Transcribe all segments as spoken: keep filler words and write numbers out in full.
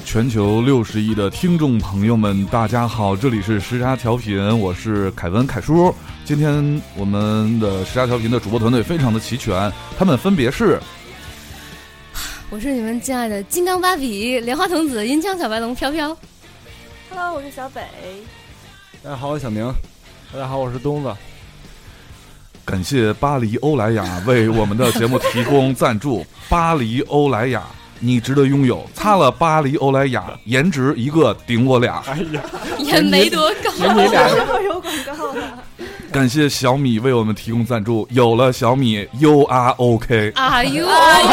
全球六十亿的听众朋友们，大家好，这里是时差调频，我是凯文凯叔。今天我们的时差调频的主播团队非常的齐全，他们分别是， 我是你们敬爱的金刚芭比、莲花童子、银枪小白龙飘飘。 Hello， 我是小北。 大家好，我是小明。 大家好，我是东子。 感谢巴黎欧莱雅为我们的节目提供赞助。巴黎欧莱雅，你值得拥有。擦了巴黎欧莱雅，颜值一个顶我俩。 哎呀， 也没多高。 你俩什么有广告啊？ 感谢小米为我们提供赞助。有了小米 ，You are OK。 Are you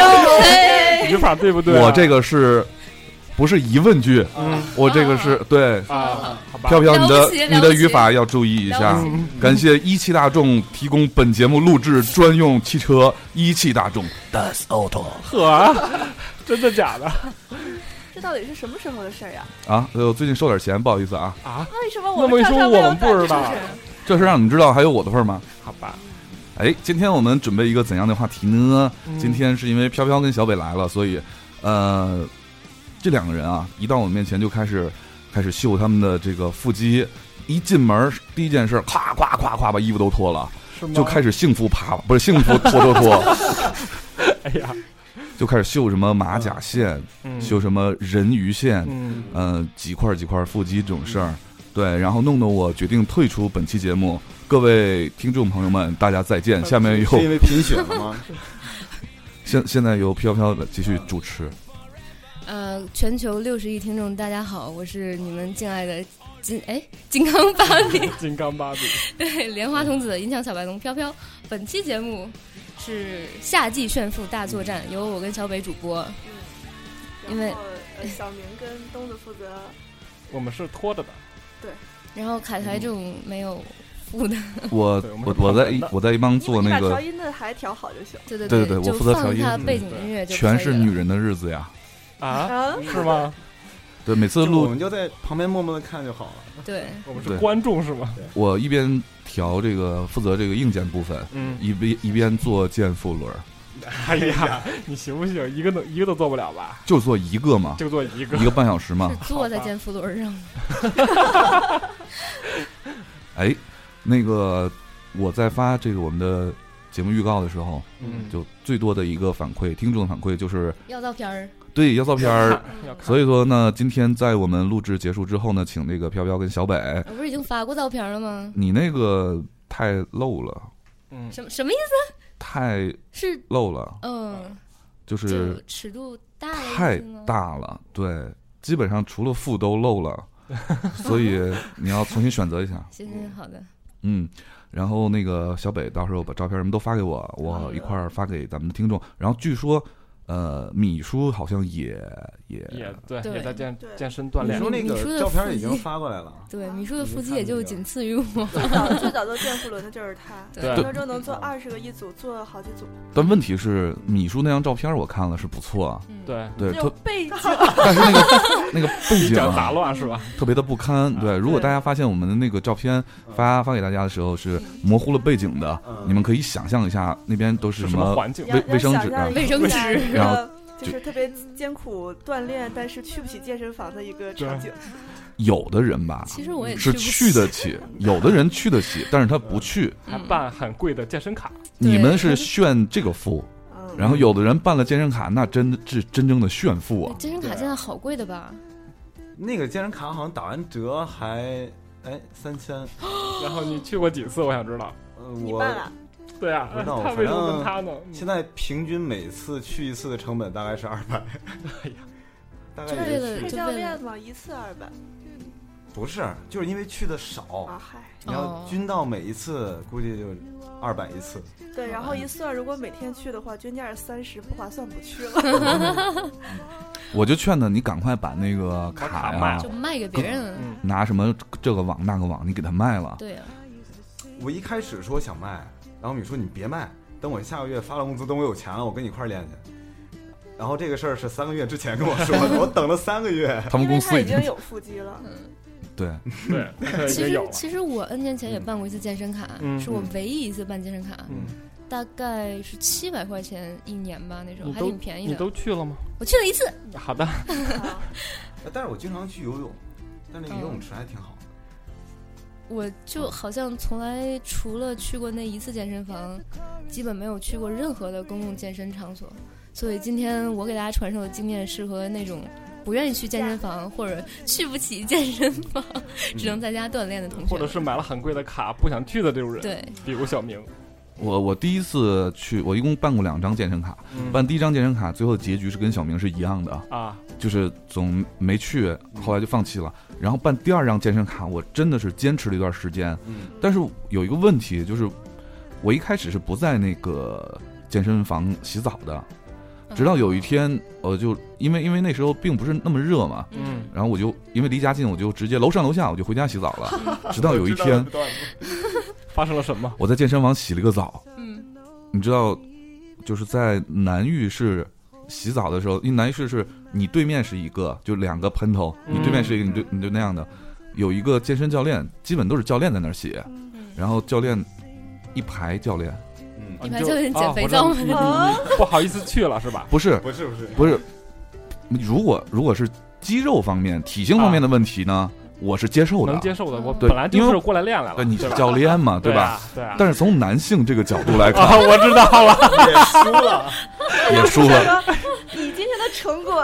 OK？ 语法对不对、啊？ 我这个是。不是疑问句，嗯，我这个是、啊、对啊，好吧， 飘飘，你的你的语法要注意一下。感谢一汽大众提供本节目录制专用汽车，一汽大众 Das Auto。 呵，真的假的？ 这到底是什么时候的事儿呀？ 啊，我最近收点钱，不好意思啊。 啊？ 为什么我那么一说我们不知道？ 这是让你们知道还有我的份吗？ 好吧。 哎，今天我们准备一个怎样的话题呢？ 嗯、 今天是因为飘飘跟小北来了，所以呃。这两个人啊，一到我面前就开始开始秀他们的这个腹肌，一进门第一件事，咵咵咵咵把衣服都脱了，就开始幸福爬，不是幸福脱脱脱。 哎呀， 就开始秀什么马甲线， 嗯、 秀什么人鱼线， 嗯， 呃，几块几块腹肌这种事儿，对，然后弄得我决定退出本期节目。各位听众朋友们，大家再见。下面由是因为贫血了吗？ 现现在由飘飘的继续主持。 呃，全球六十亿听众，大家好，我是你们敬爱的金哎金刚芭比， 金刚芭比， 对，莲花童子、银枪小白龙飘飘。本期节目是夏季炫富大作战，由我跟小北主播。 嗯， 因为小明跟东子负责， 我们是拖着的， 对。 然后凯台这种没有富的， 我我我在我在一帮做那个调音的还调好就行。 对对对对对，我负责调音， 放他背景音乐就全是女人的日子呀。 啊，是吗？ 对，每次录我们就在旁边默默的看就好了。 对， 我们是观众是吗？ 我一边调这个负责这个硬件部分， 嗯， 一边一边做健腹轮。 哎呀，你行不行？一个都一个都做不了吧？ 就做一个嘛， 就做一个， 一个半小时嘛。 是坐在健腹轮上。 哎，那个我在发这个我们的节目预告的时候， 嗯， 就最多的一个反馈，听众的反馈就是要照片儿。 对，要照片儿。所以说呢，今天在我们录制结束之后呢，请那个飘飘跟小北， 我不是已经发过照片了吗？ 你那个太露了。 嗯，什么什么意思？ 太是露了。 嗯， 就是就尺度大了， 太大了，对，基本上除了腹都露了，所以你要重新选择一下。 行行，好的。 嗯，然后那个小北到时候把照片什么都发给我，我一块儿发给咱们的听众。然后据说。呃，米叔好像也也也对， 对也在健健身锻炼。 米叔那个照片已经发过来了。 对，米叔的腹肌也就仅次于我。 最早最早做健腹轮的就是他， 对， 分分钟能做二十个一组，做好几组。 但问题是，米叔那张照片我看了是不错啊， 嗯、 对对， 有背景， 但是那个那个背景、啊、 杂乱是吧？ 特别的不堪。对，如果大家发现我们的那个照片发发给大家的时候是模糊了背景的， 嗯、 你们可以想象一下那边都是什么环境， 卫卫生纸啊， 卫生纸， 然后。 就是特别艰苦锻炼，但是去不起健身房的一个场景。 有的人吧， 其实我也是去得起，有的人去得起，但是他不去， 还办很贵的健身卡。 你们是炫这个富，然后有的人办了健身卡，那真的是真正的炫富啊！ 健身卡现在好贵的吧？ 那个健身卡好像打完折还哎三千， 然后你去过几次？我想知道。 呃， 你办了。 对啊， 他为什么跟他呢？ 现在平均每次去一次的成本大概是二百。 哎呀， 大概也是去教练嘛，一次二百。 不是，就是因为去的少啊，嗨， 你要均到每一次，估计就二百一次。 对，然后一算，如果每天去的话，均价是三十，不划算，不去了。 我就劝他，你赶快把那个卡呀， 就卖给别人， 拿什么这个网那个网，你给他卖了。 对呀。 我一开始说想卖，然后米说你别卖，等我下个月发了工资，等我有钱了，我跟你一块练去。然后这个事儿是三个月之前跟我说的，我等了三个月。 他们公司已经有腹肌了。 嗯， 对对。 其实其实我 N 年前也办过一次健身卡， 嗯、 是我唯一一次办健身卡， 嗯、 大概是七百块钱一年吧，那种还挺便宜的。 你都去了吗？ 我去了一次。 好的。 但是我经常去游泳，但那个游泳池还挺好的。 我就好像从来除了去过那一次健身房，基本没有去过任何的公共健身场所。所以今天我给大家传授的经验适合那种不愿意去健身房或者去不起健身房，只能在家锻炼的同学， 或者是买了很贵的卡不想去的这种人。 对， 比如小明。 我我第一次去，我一共办过两张健身卡，嗯、办第一张健身卡，最后的结局是跟小明是一样的啊， 就是总没去，后来就放弃了。然后办第二张健身卡，我真的是坚持了一段时间， 嗯， 但是有一个问题，就是我一开始是不在那个健身房洗澡的，直到有一天，我就因为因为那时候并不是那么热嘛， 嗯， 然后我就因为离家近，我就直接楼上楼下我就回家洗澡了，直到有一天。 发生了什么？ 我在健身房洗了个澡， 嗯， 你知道，就是在男浴室洗澡的时候，因为男浴室是你对面是一个，就两个喷头，你对面是一个，你就你就那样的，有一个健身教练，基本都是教练在那儿洗， 嗯、 然后教练一排教练， 嗯，一排教练减肥皂吗？ 啊、你不好意思去了是吧？ 不是， 不是，不是， 不是，如果如果是肌肉方面、体型方面的问题呢？啊我是接受的， 能接受的。我本来就是过来练来了。 对，你是教练嘛，对吧？ 对啊。 但是从男性这个角度来看， 啊，我知道了， 也输了， 也输了。 你今天的成果，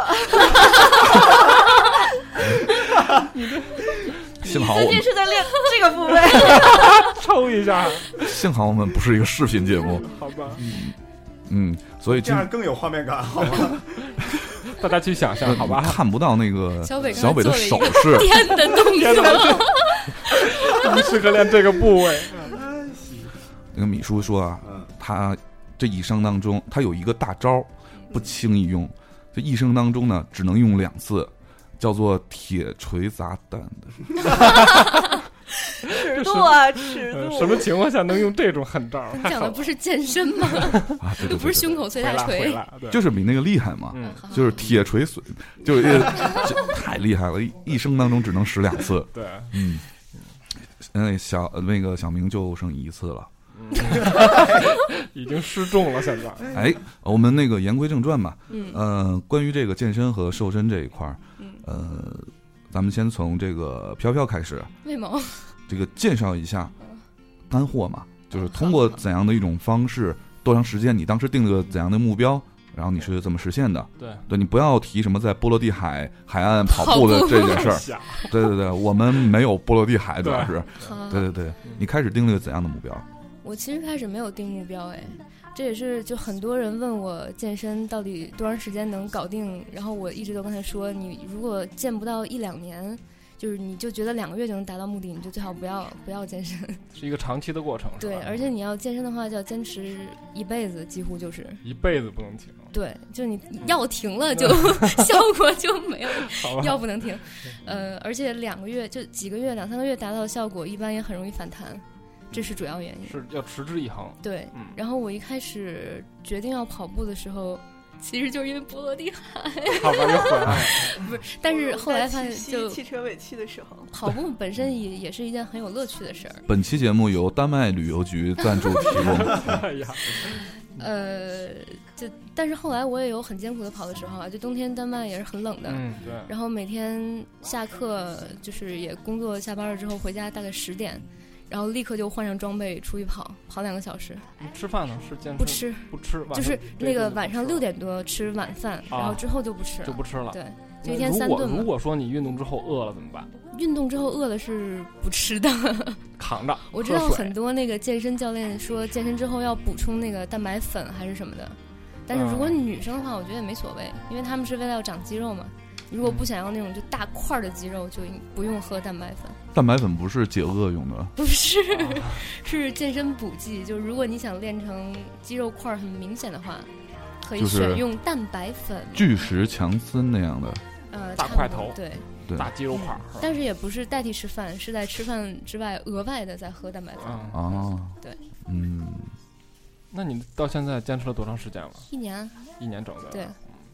你这幸好我最近是在练这个部位， 抽一下。 幸好我们不是一个视频节目， 好吧？ 嗯嗯，所以这样更有画面感，好吗？ 大家去想象，好吧？ 看不到那个小北小北的手势， 颠的动作， 你适合练这个部位。 那个米叔说啊，他这一生当中，他有一个大招，不轻易用，这一生当中呢，只能用两次，叫做铁锤砸蛋的。 尺度啊，尺度！ 什么情况下能用这种狠招？ 你讲的不是健身吗？ 啊，对对对， 不是胸口碎大锤， 就是比那个厉害嘛， 嗯、 就是铁锤碎，就是太厉害了，一生当中只能使两次。 对， 嗯，那小那个小明就剩一次了， 已经失重了。现在， 哎，我们那个言归正传吧， 嗯， 呃，关于这个健身和瘦身这一块儿， 嗯， 呃。咱们先从这个飘飘开始， 为毛？ 这个介绍一下干货嘛，就是通过怎样的一种方式，多长时间，你当时定了个怎样的目标，然后你是怎么实现的？ 对， 对你不要提什么在波罗的海海岸跑步的这件事儿。对对对，我们没有波罗的海，主要是。对对对，你开始定了个怎样的目标？ 我其实开始没有定目标，哎。这也是就很多人问我健身到底多长时间能搞定，然后我一直都跟他说，你如果健不到一两年，就是你就觉得两个月就能达到目的，你就最好不要不要健身， 是一个长期的过程。 对，而且你要健身的话，就要坚持一辈子，几乎就是一辈子不能停。 对，就你要停了就效果就没有，要不能停。呃，而且两个月就几个月两三个月达到的效果，一般也很容易反弹。这是主要原因， 是要持之以恒。 对、嗯，然后我一开始决定要跑步的时候，其实就是因为波罗的海。 好吧，又回来。 不是，但是后来发现就， 汽车尾气的时候， 跑步本身也也是一件很有乐趣的事儿。 本期节目由丹麦旅游局赞助提供。 哎呀， 呃，就但是后来我也有很艰苦的跑的时候啊，就冬天丹麦也是很冷的， 嗯，对。 然后每天下课就是也工作下班了之后回家大概十点。然后立刻就换上装备出去跑，跑两个小时。 吃饭呢？是健不吃不吃， 就是那个晚上六点多吃晚饭， 啊、 然后之后就不吃了， 就不吃了。 对，就一天三顿嘛。 如果说你运动之后饿了怎么办？ 运动之后饿了是不吃的， 扛着。 我知道很多那个健身教练说健身之后要补充那个蛋白粉还是什么的，但是如果女生的话，我觉得也没所谓，因为他们是为了要长肌肉嘛。如果不想要那种就大块的肌肉，就不用喝蛋白粉。 蛋白粉不是解饿用的， 不是，是健身补剂。就如果你想练成肌肉块很明显的话，可以选用蛋白粉， 巨石强森那样的， 呃， 大块头， 对， 对， 大肌肉块、 嗯。但是也不是代替吃饭，是在吃饭之外额外的再喝蛋白粉。 哦， 对， 嗯。 那你到现在坚持了多长时间了？ 一年。 一年整的。 对。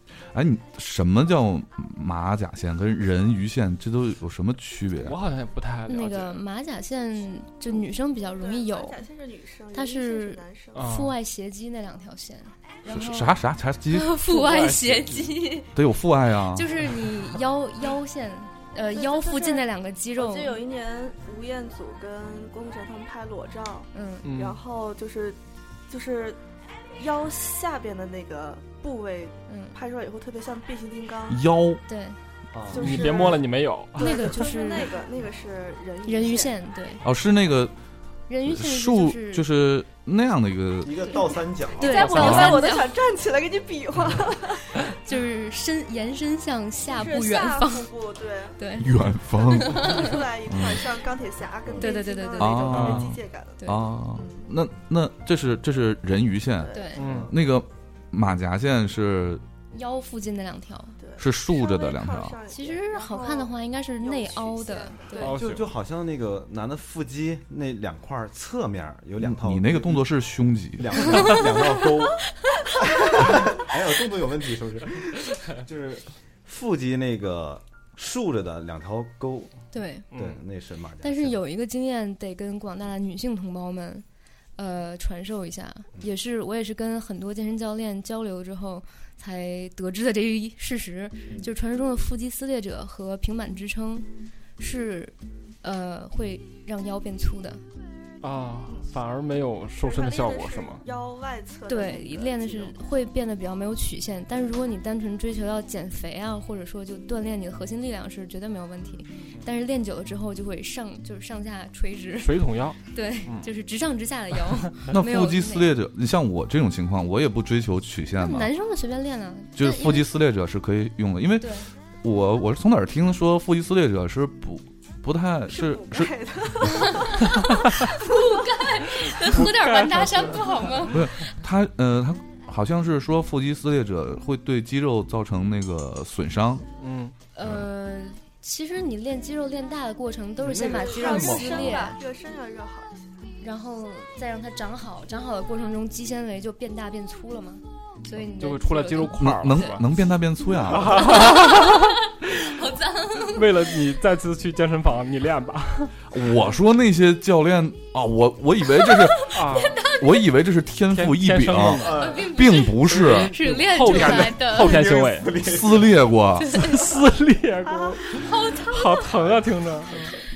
哎，你什么叫马甲线跟人鱼线？这都有什么区别、啊？ 我好像也不太了解。 那个马甲线就女生比较容易有， 马甲线是女生， 它是是男生。 啊腹外斜肌那两条线。然后啥啥啥肌？ 腹外斜肌得有父爱啊！ 就是你腰腰线，呃， 对腰附近那两个肌肉。 我记得有一年吴彦祖跟郭富城他们拍裸照， 嗯， 嗯然后就是就是腰下边的那个部位嗯， 拍出来以后特别像变形金刚。 腰对， 啊就是你别摸了，你没有。 那个就就是那个那个是人鱼人鱼线， 线，对， 哦，是那个人鱼线竖， 是就是那样的一个一个倒三角， 对再不倒明白我都三角想站起来给你比划。 就是伸延伸向下部是下远方， 腹部，对， 对远方出来一块像钢铁侠跟对变形对对对对金刚的那种啊特别机械感的。 对啊。那那这是这是人鱼线， 对， 嗯， 那个马甲线是腰附近那两条。 对， 是竖着的两条稍微靠上一点其实好看的话，应该是内凹的，对， 凹就就好像那个男的腹肌那两块侧面有两套， 你那个动作是胸肌， 两套两套沟。哎呀，动作有问题是不是？就是腹肌那个竖着的两条沟， 对。 嗯对，那是马甲线。 但是有一个经验得跟广大的女性同胞们，呃，传授一下，也是我也是跟很多健身教练交流之后才得知的这一事实，就是传说中的腹肌撕裂者和平板支撑是，呃，会让腰变粗的。 啊，反而没有瘦身的效果是吗？ 腰外侧的对， 那个练的是肌肉会变得比较没有曲线，但是如果你单纯追求要减肥啊，或者说就锻炼你的核心力量是绝对没有问题，但是练久了之后就会上就是上下垂直， 水桶腰。 对， 嗯就是直上直下的腰。 那没有腹肌撕裂者，你像我这种情况，我也不追求曲线的， 男生们随便练啊， 就是但腹肌撕裂者是可以用的，因为对， 我我是从哪儿听说腹肌撕裂者是不不太是是补钙的， 能涂点完大衫不好吗？ 他呃他好像是说腹肌撕裂者会对肌肉造成那个损伤， 嗯， 呃，其实你练肌肉练大的过程都是先把肌肉热撕裂， 身吧，热身要热好一些。 然后再让它长好，长好的过程中肌纤维就变大变粗了嘛，所以你的就会出来肌肉块儿能了，是吧能能变大变粗呀。 好脏。 为了你再次去健身房，你练吧。 我说那些教练啊，我我以为这是啊， 我以为这是天赋异禀天生，的呃， 并不是是练出后天来的， 后天行为， 撕裂过。 撕裂过， 好疼。 好疼啊！听着，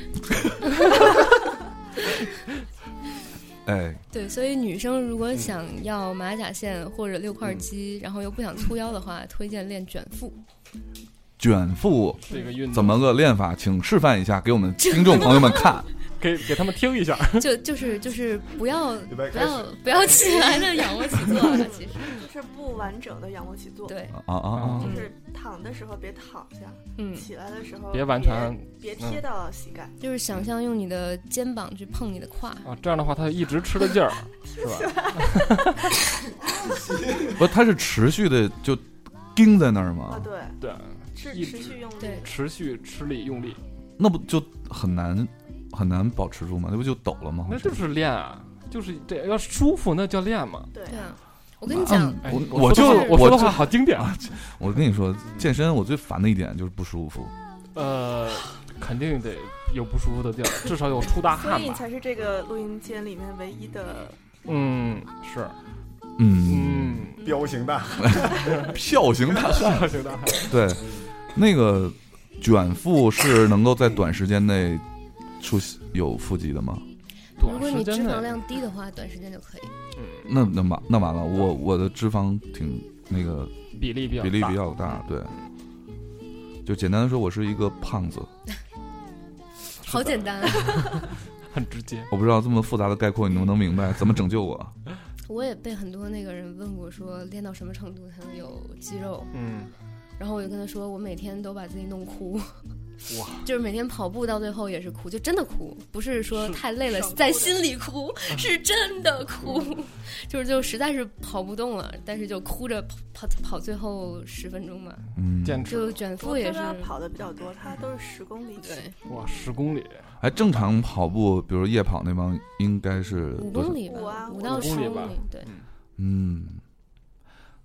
哎， 对，所以女生如果想要马甲线或者六块肌，然后又不想粗腰的话，推荐练卷腹。 卷腹这个运动怎么个练法？请示范一下给我们听众朋友们看。 给给他们听一下？ 就就是就是不要预备开始不要不要起来的仰卧起坐啊，其实就是不完整的仰卧起坐。， 对， 啊啊啊！ 就是躺的时候别躺下， 嗯， 起来的时候别完全别贴到膝盖。 就是想象用你的肩膀去碰你的胯， 啊，这样的话他一直吃的劲儿，是吧？ 不，它是持续的就盯在那儿啊， 吗？ 对， 对， 是一直持续用力。 对持续吃力用力， 那不就很难很难保持住吗？那不就抖了吗？ 那就是练啊，就是这要舒服那叫练嘛。 对对啊。我跟你讲， 嗯哎我我就我说的话我说的就话好经典啊。 我跟你说，健身我最烦的一点就是不舒服。 呃，肯定得有不舒服的地儿，至少有出大所汗吧。 以你才是这个录音间里面唯一的。 嗯，是， 嗯， 嗯， 彪形大票型大汉。 大型大汗。 对，那个卷腹是能够在短时间内出有腹肌的吗？ 如果你脂肪短时间内， 量低的话，短时间就可以。 嗯， 那那完那完了，我我的脂肪挺那个比例比较比例大比较大，对。就简单的说，我是一个胖子。 好简单。 很直接。 我不知道这么复杂的概括你能不能明白？怎么拯救我？ 我也被很多那个人问过，说练到什么程度才能有肌肉？ 嗯， 然后我就跟他说，我每天都把自己弄哭， 哇， 就是每天跑步到最后也是哭，就真的哭，不是说是太累了爽哭的在心里哭，是真的哭，就是就实在是跑不动了，但是就哭着跑跑跑最后十分钟吧， 嗯， 坚持就卷腹也是他跑的比较多，他都是十公里。 对哇，十公里， 哎，正常跑步，比如夜跑那帮，应该是五多少公里吧， 五啊五到十五公里吧公里，对， 嗯，算了，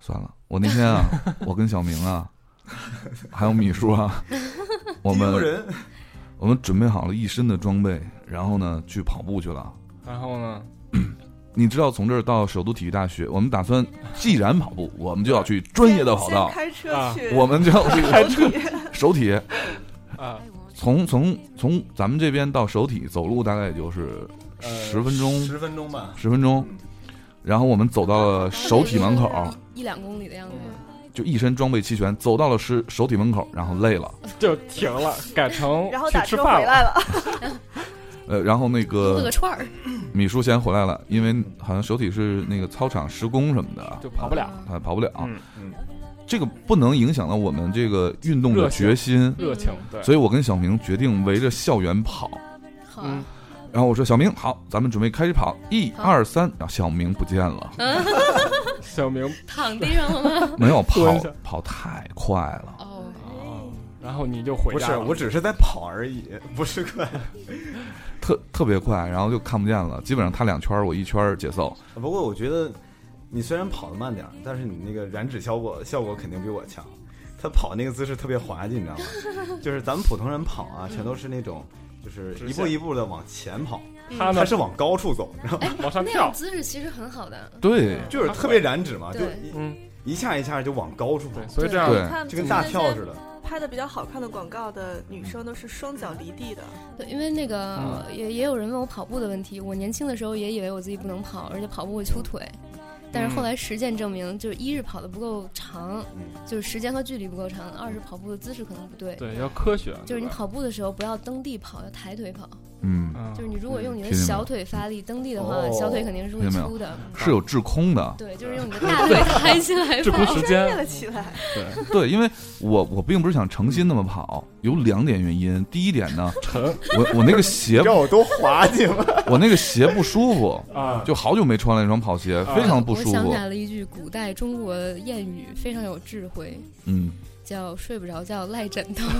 我那天啊，我跟小明啊，还有米叔啊，我们人我们准备好了一身的装备，然后呢去跑步去了。 然后呢？ 你知道从这儿到首都体育大学，我们打算既然跑步，我们就要去专业的跑道， 开车去， 我们就要去开车首体啊， 从从从咱们这边到首体走路大概也就是十分钟， 十分钟吧， 十分钟。然后我们走到了首体门口， 一两公里的样子， 就一身装备齐全，走到了首首体门口，然后累了， 就停了，改成然后打车去吃饭回来了。 呃，然后那个饿个串儿， 米叔先回来了，因为好像首体是那个操场施工什么的， 就跑不了， 他跑不了。 嗯嗯， 这个不能影响到我们这个运动的决心、 热情。对， 所以我跟小明决定围着校园跑。 好， 嗯， 然后我说小明好，咱们准备开始跑，一二三，然后小明不见了， 小明躺地上了吗？ 没有跑蹲下跑太快了。 哦， 然后你就回不是， 家了。 我只是在跑而已，不是快。 特特别快，然后就看不见了。基本上他两圈，我一圈节奏。 不过我觉得你虽然跑得慢点，但是你那个燃脂效果效果肯定比我强。他跑那个姿势特别滑稽，你知道吗？就是咱们普通人跑啊，全都是那种就是一步一步的往前跑， 他他是往高处走，然后哎， 往上跳那种，姿势其实很好的。 对， 就是特别燃脂嘛，就对嗯， 一下一下就往高处跑对，，所以这样对看就跟大跳似的。 拍的比较好看的广告的女生都是双脚离地的。 对，因为那个、 嗯也也有人问我跑步的问题，我年轻的时候也以为我自己不能跑，而且跑步会粗腿。但是后来实践证明，就是一是跑得不够长，就是时间和距离不够长；二是跑步的姿势可能不对。 对要科学， 就是你对吧跑步的时候不要蹬地跑，要抬腿跑。 嗯， 嗯就是你如果用你的听见没有小腿发力蹬地的话， 哦小腿肯定是会听见没有粗的。 是有制空的。 对，就是用你的大腿抬起来制跑空。时专业间， 了起来， 对， 对，因为我我并不是想诚心那么跑，有两点原因。第一点呢， 沉我我那个鞋你知道我多滑稽吗？ 我那个鞋不舒服， 啊， 就好久没穿了那双跑鞋，非常不舒服我想起。来了一句古代中国谚语，非常有智慧， 嗯叫“睡不着觉赖枕头”。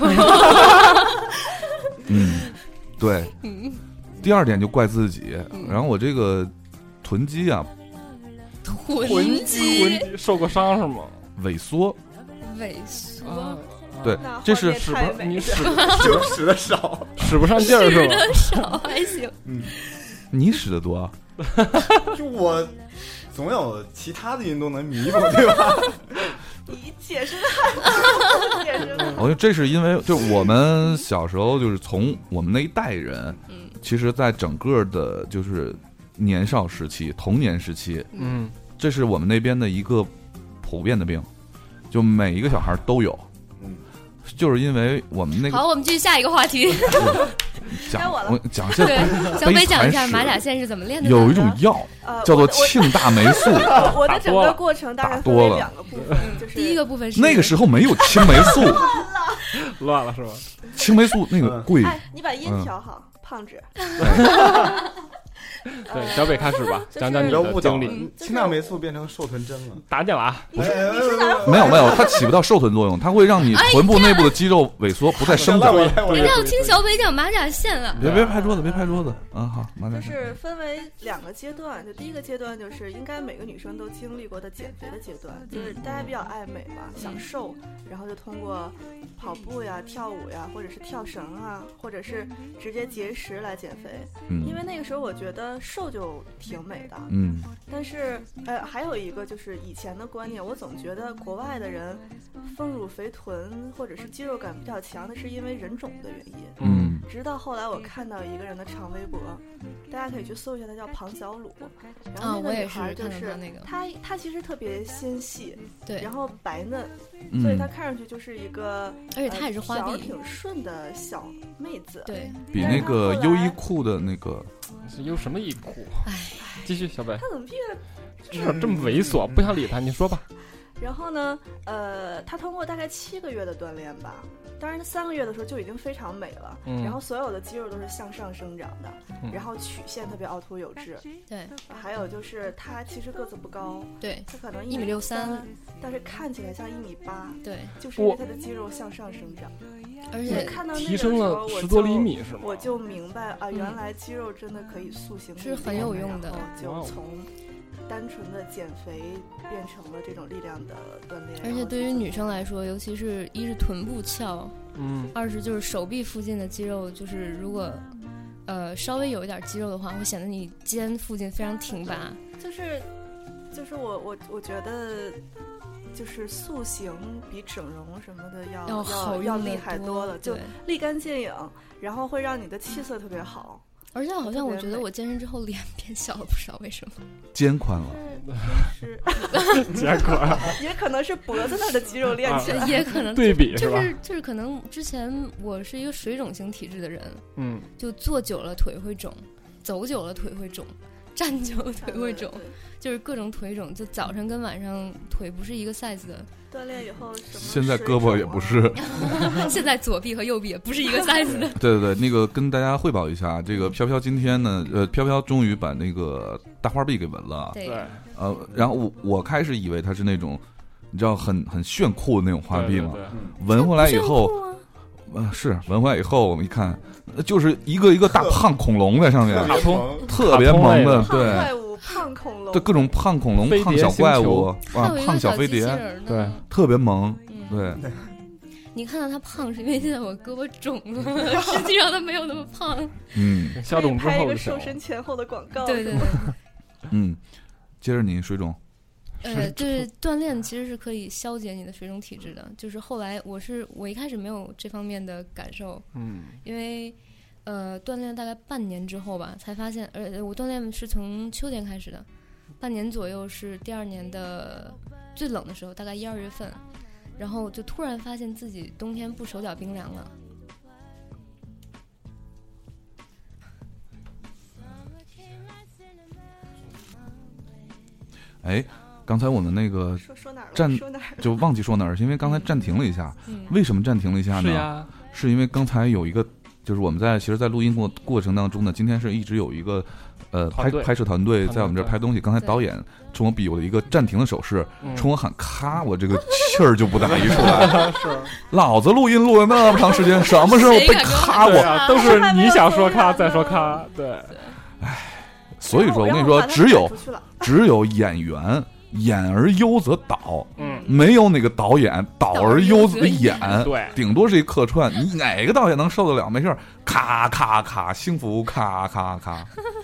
嗯，对。 嗯， 第二点就怪自己，然后我这个臀肌啊臀魂肌肌受过伤是吗？ 萎缩， 萎缩， 啊， 对那， 这是使不画面太美你使就使的少， 使不上劲儿是吧？ 少还行。 你使得多啊。 就我总有其他的运动能弥补，对吧？ 你解释的，解释的。 我觉得这是因为，就我们小时候就是从我们那一代人， 嗯其实在整个的就是年少时期、童年时期， 嗯， 这是我们那边的一个普遍的病，就每一个小孩都有。 嗯， 就是因为我们那个好，我们继续下一个话题。 讲该我了我讲一下对，小北讲一下悲惨史马甲线是怎么练的呢。 有一种药呃， 叫做我的庆大霉素， 我我的整个打多了过程大概打多了分为两个部分，就是第一个部分是那个时候没有青霉素， 乱了是吧？ 青霉素那个贵。 哎，你把音嗯调好，胖子。 对，小北开始吧， 就是讲讲你不要误导了的经历。， 清大霉素变成瘦臀针了。 打你了啊！ 你是你是哪没有没有，它起不到瘦臀作用，它会让你臀部内部的肌肉萎缩，不再生长。 一定要听小北讲马甲线了。 别别拍桌子，别拍桌子啊！好，马上就是分为两个阶段，就第一个阶段就是应该每个女生都经历过的减肥的阶段，就是大家比较爱美嘛，想瘦，然后就通过跑步呀、跳舞呀，或者是跳绳啊，或者是直接节食来减肥。因为嗯那个时候我觉得瘦就挺美的， 嗯但是呃还有一个就是以前的观念，我总觉得国外的人丰乳肥臀或者是肌肉感比较强的是因为人种的原因。 嗯直到后来我看到一个人的长微博，大家可以去搜一下，他叫庞小鲁。然后啊， 那个女我也是孩就是看到他那个， 她，她其实特别纤细， 对然，后白嫩，所以她嗯， 看上去就是一个， 而且她也是花呃、 臂， 挺顺的小妹子。 对， 比那个优衣库的那个是有什么衣裤？ 唉， 继续，小北， 她怎么变得？ 这这么猥琐，不想理他，你说吧。 然后呢，呃，她通过大概七个月的锻炼吧，当然三个月的时候就已经非常美了， 嗯然后所有的肌肉都是向上生长的， 嗯然后曲线特别凹凸有致， 对还有就是她其实个子不高， 对她可能一米六三， 但是看起来像一米八， 对， 就是因为她的肌肉向上生长。 而且所以看到那个提升了时候十多厘，米是吗？ 我就我就明白啊， 嗯原来肌肉真的可以塑形， 是很有用的然后就哇哦从单纯的减肥变成了这种力量的锻炼。 而且对于女生来说，尤其是一是臀部翘， 嗯， 二是就是手臂附近的肌肉，就是如果呃稍微有一点肌肉的话，会显得你肩附近非常挺拔。 就是就是我我我觉得。就是塑形比整容什么的要要好要厉害多了，就对立竿见影，然后会让你的气色特别好。 而且好像我觉得我健身之后脸变小了不少，为什么？ 肩宽了， 是肩宽， 也可能是脖子那儿的肌肉练起来， 也可能对比就是吧？ 就是可能之前我是一个水肿型体质的人， 嗯， 就坐久了腿会肿，走久了腿会肿，站久了腿会肿，就是各种腿肿，就早上跟晚上腿不是一个 size 的。 锻炼以后什么、啊？ 现在胳膊也不是， 现在左臂和右臂也不是一个 size 的。 对对对，那个跟大家汇报一下，这个飘飘今天呢，呃，飘飘终于把那个大花臂给纹了。 对。 呃，然后我我开始以为它是那种，你知道很很炫酷的那种花臂嘛，纹回来以后，呃，是纹回来以后，我们一看，就是一个一个大胖恐龙在上面，特别萌的，对。 胖恐龙， 对各种胖恐龙、胖小怪物，哇，胖小飞碟， 对， 特别萌， 对。你看到他胖是因为现在我胳膊肿了，实际上他没有那么胖。 嗯， 消肿之后拍一个瘦身前后的广告。 对对对。 嗯，接着你水肿。 呃，对，锻炼其实是可以消解你的水肿体质的。就是后来我是我一开始没有这方面的感受， 嗯， 因为。呃，锻炼大概半年之后吧，才发现，呃，我锻炼是从秋天开始的，半年左右是第二年的最冷的时候，大概一二月份，然后就突然发现自己冬天不手脚冰凉了。 哎，刚才我们那个暂就忘记说哪儿，是因为刚才暂停了一下。 嗯、 为什么暂停了一下呢？ 是呀， 是因为刚才有一个。就是我们在其实，在录音过过程当中呢，今天是一直有一个呃拍拍摄团队在我们这儿拍东西。刚才导演冲我比我的一个暂停的手势，冲我喊咔，我这个气儿就不大一出来。 是， 老子录音录了那么长时间，什么时候被咔过？ 啊、都是你想说咔再说咔，对。 唉，所以说我跟你说，只有只有演员。演而优则导， 嗯， 没有哪个导演导而优则演， 对， 顶多是一客串。你哪个导演能受得了？没事，咔咔咔，幸福咔咔咔。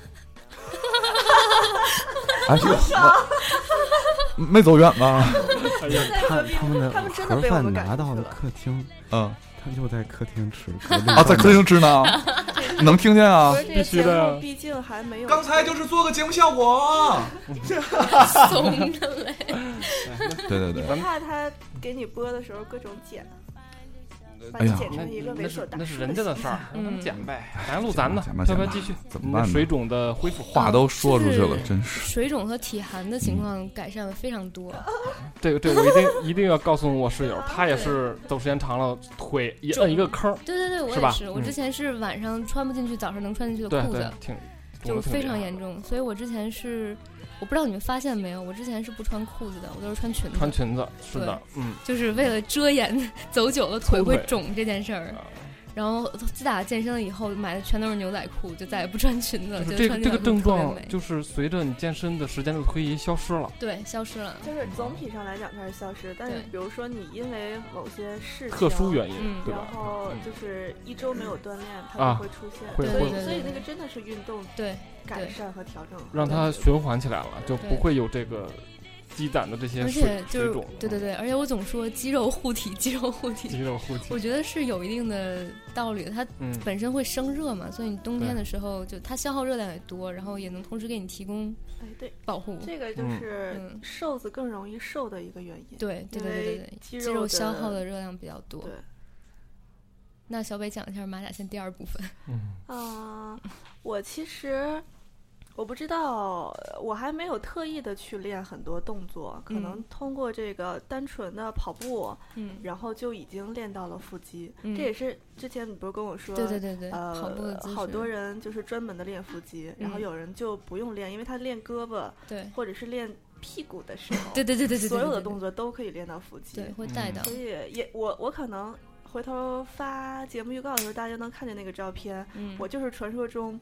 哎，没走远吧？ 他他们的盒饭拿到了客厅， 嗯， 他就在客厅吃啊，在客厅吃呢。能听见啊！ 必须的，毕竟还没有。 刚才就是做个节目效果， 怂着嘞。 对对对， 我怕他给你播的时候各种剪，把哎呀， 你剪成一个猥琐大叔。 那是人家的事儿，让他们剪呗，咱录咱的。 要不要继续？ 怎么办？ 水肿的恢复， 话都说出去了，真是。 水肿和体寒的情况改善了非常多。 这个，这个我一定一定要告诉我室友，他也是走时间长了，腿一摁一个坑。 对对对，我也是。我之前是晚上穿不进去，早上能穿进去的裤子， 挺就非常严重。所以我之前是。我不知道你们发现没有，我之前是不穿裤子的，我都是穿裙子。 穿裙子，是的，嗯， 就是为了遮掩走久了腿会肿这件事儿。然后自打健身了以后，买的全都是牛仔裤，就再也不穿裙子了。 就是这个这个症状，就是随着你健身的时间的推移消失了。 对，消失了。 就是总体上来讲它是消失，但是比如说你因为某些事情特殊原因， 嗯、 对吧？ 然后就是一周没有锻炼，它就会出现。 会所以所以那个真的是运动对改善和调整， 让它循环起来了，就不会有这个。积攒的这些水， 而且就是水肿， 对对对，而且我总说肌肉护体，肌肉护体， 肌肉护体， 我觉得是有一定的道理的。它本身会生热嘛， 嗯、 所以你冬天的时候就它消耗热量也多，然后也能同时给你提供哎对保护。 这个就是瘦子更容易瘦的一个原因。 对对对对对，肌肉消耗的热量比较多。 对。 那小北讲一下马甲线第二部分。 嗯啊、呃，我其实。我不知道，我还没有特意的去练很多动作，可能通过这个单纯的跑步， 嗯， 然后就已经练到了腹肌。 嗯、 这也是之前你不是跟我说， 对对对对， 呃， 跑步的姿势好多人就是专门的练腹肌， 嗯、 然后有人就不用练，因为他练胳膊， 对， 或者是练屁股的时候， 对对对对对， 所有的动作都可以练到腹肌， 对，会带到。 所以也我我可能回头发节目预告的时候，大家能看见那个照片， 嗯， 我就是传说中。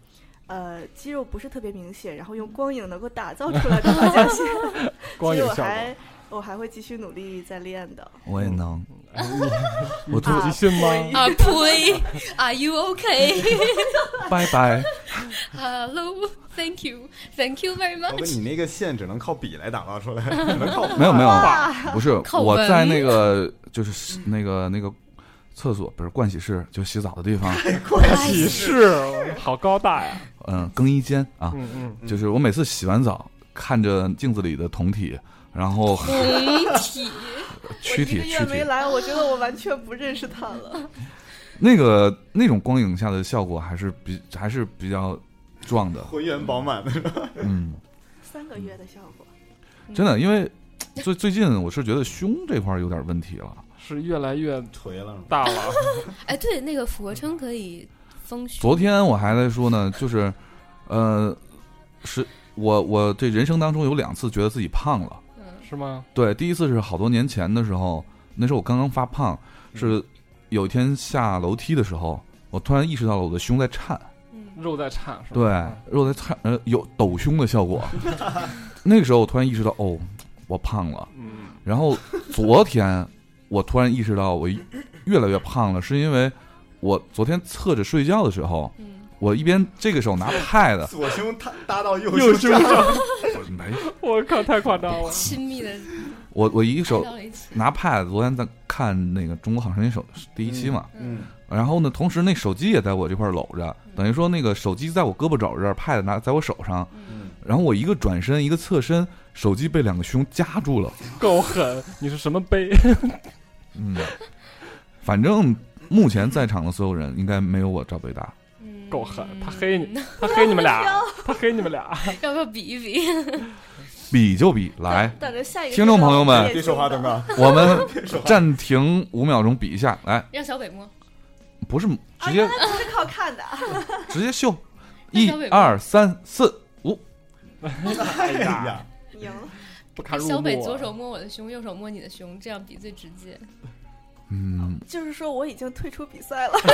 呃肌肉不是特别明显，然后用光影能够打造出来的马甲线。 光影效果。 我还我还会继续努力再练的。 我也能。 我突击信吗？ 啊呸 ！Are you okay？ 拜拜。 Hello，Thank you，Thank you very 我跟 much。 你那个线只能靠笔来打造出来，只能靠没有没有，不是我靠文在那个就是那个那个厕所，不是盥洗室，就洗澡的地方。 盥洗室，好高大呀！ 嗯，更衣间啊， 嗯嗯， 就是我每次洗完澡，看着镜子里的酮体，然后酮体， 躯体我一个月躯体， 没来，我觉得我完全不认识他了。 那个那种光影下的效果还是比还是比较壮的， 浑圆饱满的是吧？ 嗯， 三个月的效果， 真的，因为最最近我是觉得胸这块有点问题了， 是越来越垂了， 大了。 哎，对，那个俯卧撑可以丰胸。 昨天我还在说呢，就是呃，是我我这人生当中有两次觉得自己胖了， 嗯， 是吗？ 对，第一次是好多年前的时候，那时候我刚刚发胖，是有一天下楼梯的时候，我突然意识到了我的胸在颤， 肉在颤，是吧？ 对，肉在颤，呃，有抖胸的效果。那个时候我突然意识到，哦，我胖了。 嗯， 然后昨天我突然意识到我越来越胖了，是因为我昨天侧着睡觉的时候， 嗯， 我一边这个手拿 pad， 左胸搭搭到右右胸胸上， 没， 我靠，太夸张了！ 亲密的我我一手拍到了一起。 拿 pad， 昨天在看那个《中国好声音》手第一期嘛， 嗯， 然后呢，同时那手机也在我这块搂着，等于说那个手机在我胳膊肘这儿，pad 拿在我手上， 嗯， 然后我一个转身，一个侧身，手机被两个胸夹住了。 够狠！你是什么杯？ 嗯，反正目前在场的所有人应该没有我赵北大。 嗯够狠！他黑你，他黑你们俩，他黑你们俩。 要不要比一比？ 比就比，来， 等着下一个听众朋友们别说话，东哥， 我们暂停五秒钟比一下，来， 让小北摸。 不是直啊， 接原来不是靠看的。 直接秀， 那一小北摸二三四五， 哎呀， 赢了。 不堪入目啊。 小北左手摸我的胸，右手摸你的胸，这样比最直接。 嗯， 就是说我已经退出比赛了。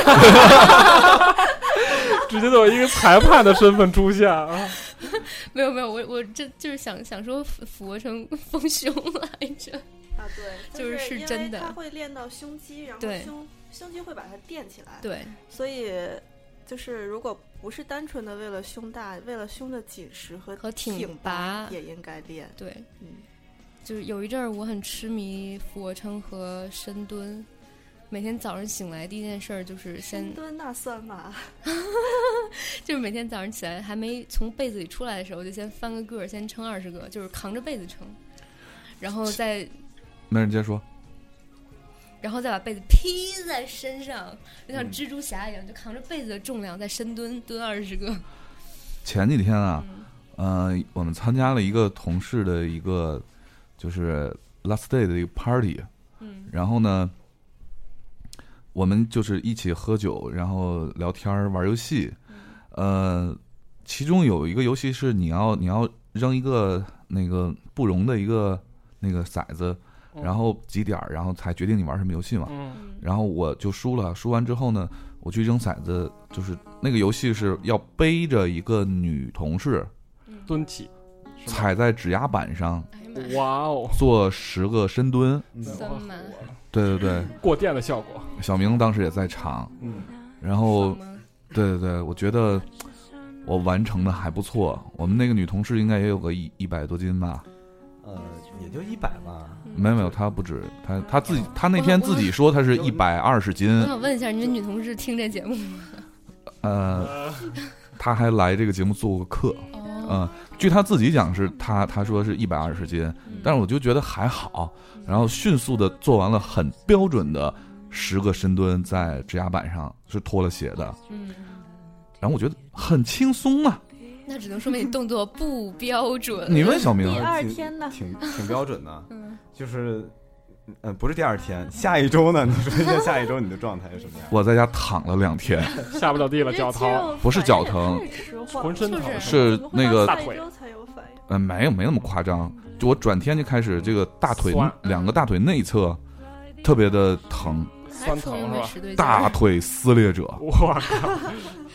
直接都有一个裁判的身份出现啊！ 没有没有，我我这就是想想说俯俯卧撑丰胸来着。 啊，对， 就是是是真的因为它会练到胸肌，然后对胸胸肌会把它垫起来。， 对， 所以就是如果不是单纯的为了胸大，为了胸的紧实和和挺挺拔也应该练。 对， 嗯， 就是有一阵儿我很痴迷俯卧撑和深蹲，每天早上醒来第一件事儿就是先深蹲那算吗？ 就是每天早上起来还没从被子里出来的时候，就先翻个个儿，先撑二十个，就是扛着被子撑，然后再没人接说， 然后再把被子披在身上，就像蜘蛛侠一样，就扛着被子的重量再深蹲蹲二十个。 前几天啊， 嗯呃，我们参加了一个同事的一个就是 last day 的一个 party， 嗯然后呢，我们就是一起喝酒，然后聊天玩游戏，呃，其中有一个游戏是你要你要扔一个那个不容的一个那个骰子，然后几点，然后才决定你玩什么游戏嘛。 嗯， 然后我就输了，输完之后呢，我去扔骰子，就是那个游戏是要背着一个女同事蹲起，是吗踩在指压板上哎呀妈呀， 哇哦， 做十个深蹲。 三满对对对， 过电的效果。 小明当时也在场， 嗯， 然后爽吗？ 对对对，我觉得我完成的还不错。我们那个女同事应该也有个一一百多斤吧？ 呃，也就一百吧。 没有没有，她不止，她她自己她那天自己说她是一百二十斤我，想问一下，你们女同事听这节目吗？ 呃，她还来这个节目做过客。 哦， 嗯，据她自己讲是她她说是一百二十斤，但是我就觉得还好，然后迅速的做完了很标准的十个深蹲在指压板上，是脱了鞋的， 嗯， 然后我觉得很轻松啊。 那只能说明你动作不标准。 你问小明第二挺天呢？ 挺挺标准的， 嗯， 就是，呃，不是第二天，下一周呢？你说一下下一周你的状态是什么样？ 我在家躺了两天， 下不了地了，脚疼。 不是脚疼， 浑身疼就是是那个大腿才有反应。 嗯，没有没那么夸张，就我转天就开始这个大腿酸两个大腿内侧特别的疼， 酸疼是吧？ 吧大腿撕裂者。 我靠，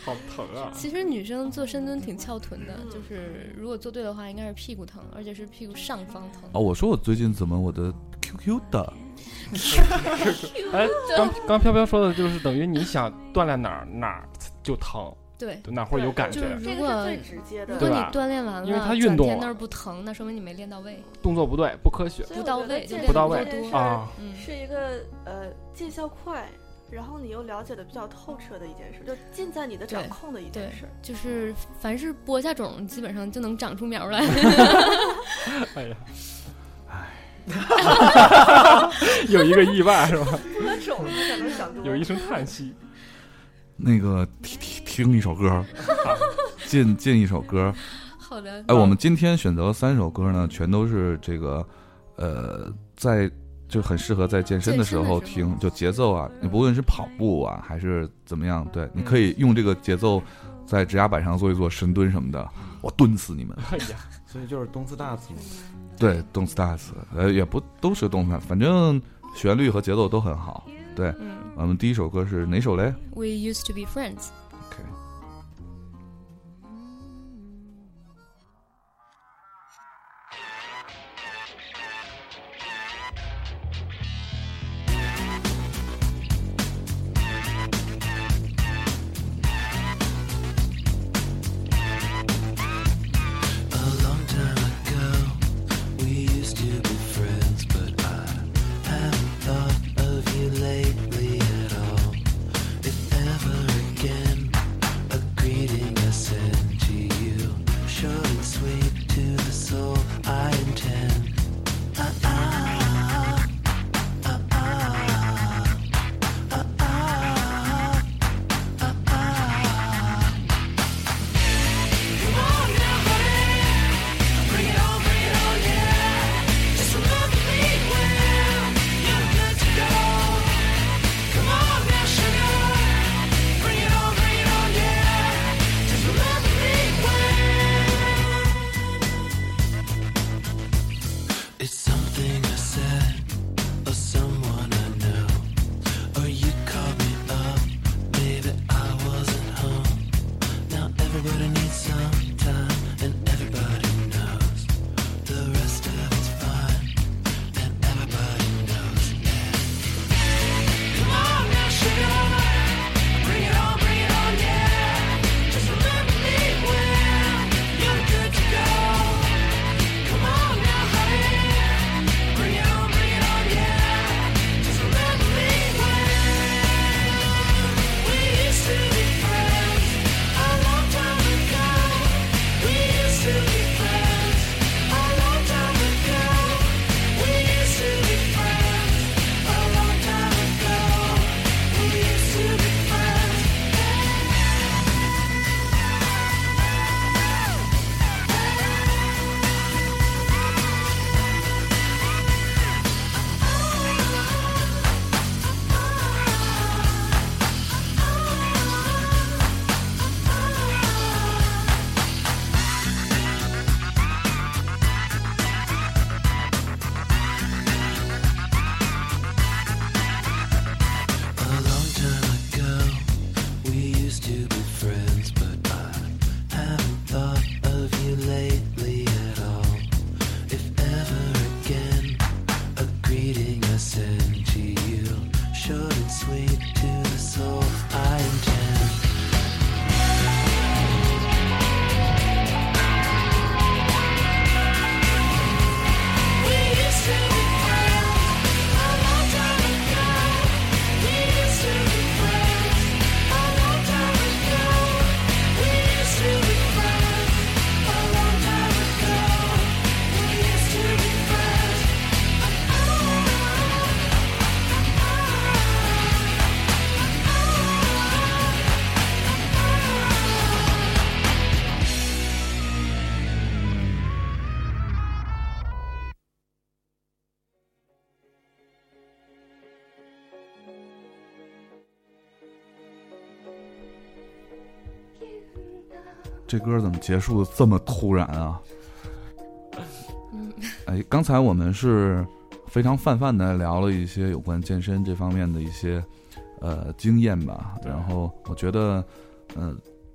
好疼啊！ 其实女生做深蹲挺翘臀的，就是如果做对的话，应该是屁股疼，而且是屁股上方疼。 哦，我说我最近怎么我的 Q Q 的？ 哎，刚刚飘飘说的就是等于你想锻炼哪儿哪儿就疼， 对， 哪会有感觉。 就是如果最直接的， 如果你锻炼完了， 因为它运动转天那儿不疼，那说明你没练到位， 动作不对，不科学， 不到位，就不到位啊，是一个呃见效快。然后你又了解的比较透彻的一件事，就尽在你的掌控的一件事。 就是凡是播下种，基本上就能长出苗来。 哎呀，哎，有一个意外是吧？ 种可能想多， 有一声叹息。 那个听听一首歌，进进一首歌。 好的。 哎，我们今天选择三首歌呢，全都是这个呃在。就很适合在健身的时候听，就节奏啊，你不论是跑步啊还是怎么样，对，你可以用这个节奏在指压板上做一做深蹲什么的，我蹲死你们！ 哎呀， 所以就是动次打次嘛。 对，动次打次，呃，也不都是动次打次，反正旋律和节奏都很好。对，嗯，我们第一首歌是哪首嘞 ？We used to be friends。OK。 这歌怎么结束的这么突然啊？哎，刚才我们是非常泛泛的聊了一些有关健身这方面的一些呃经验吧，然后我觉得，呃，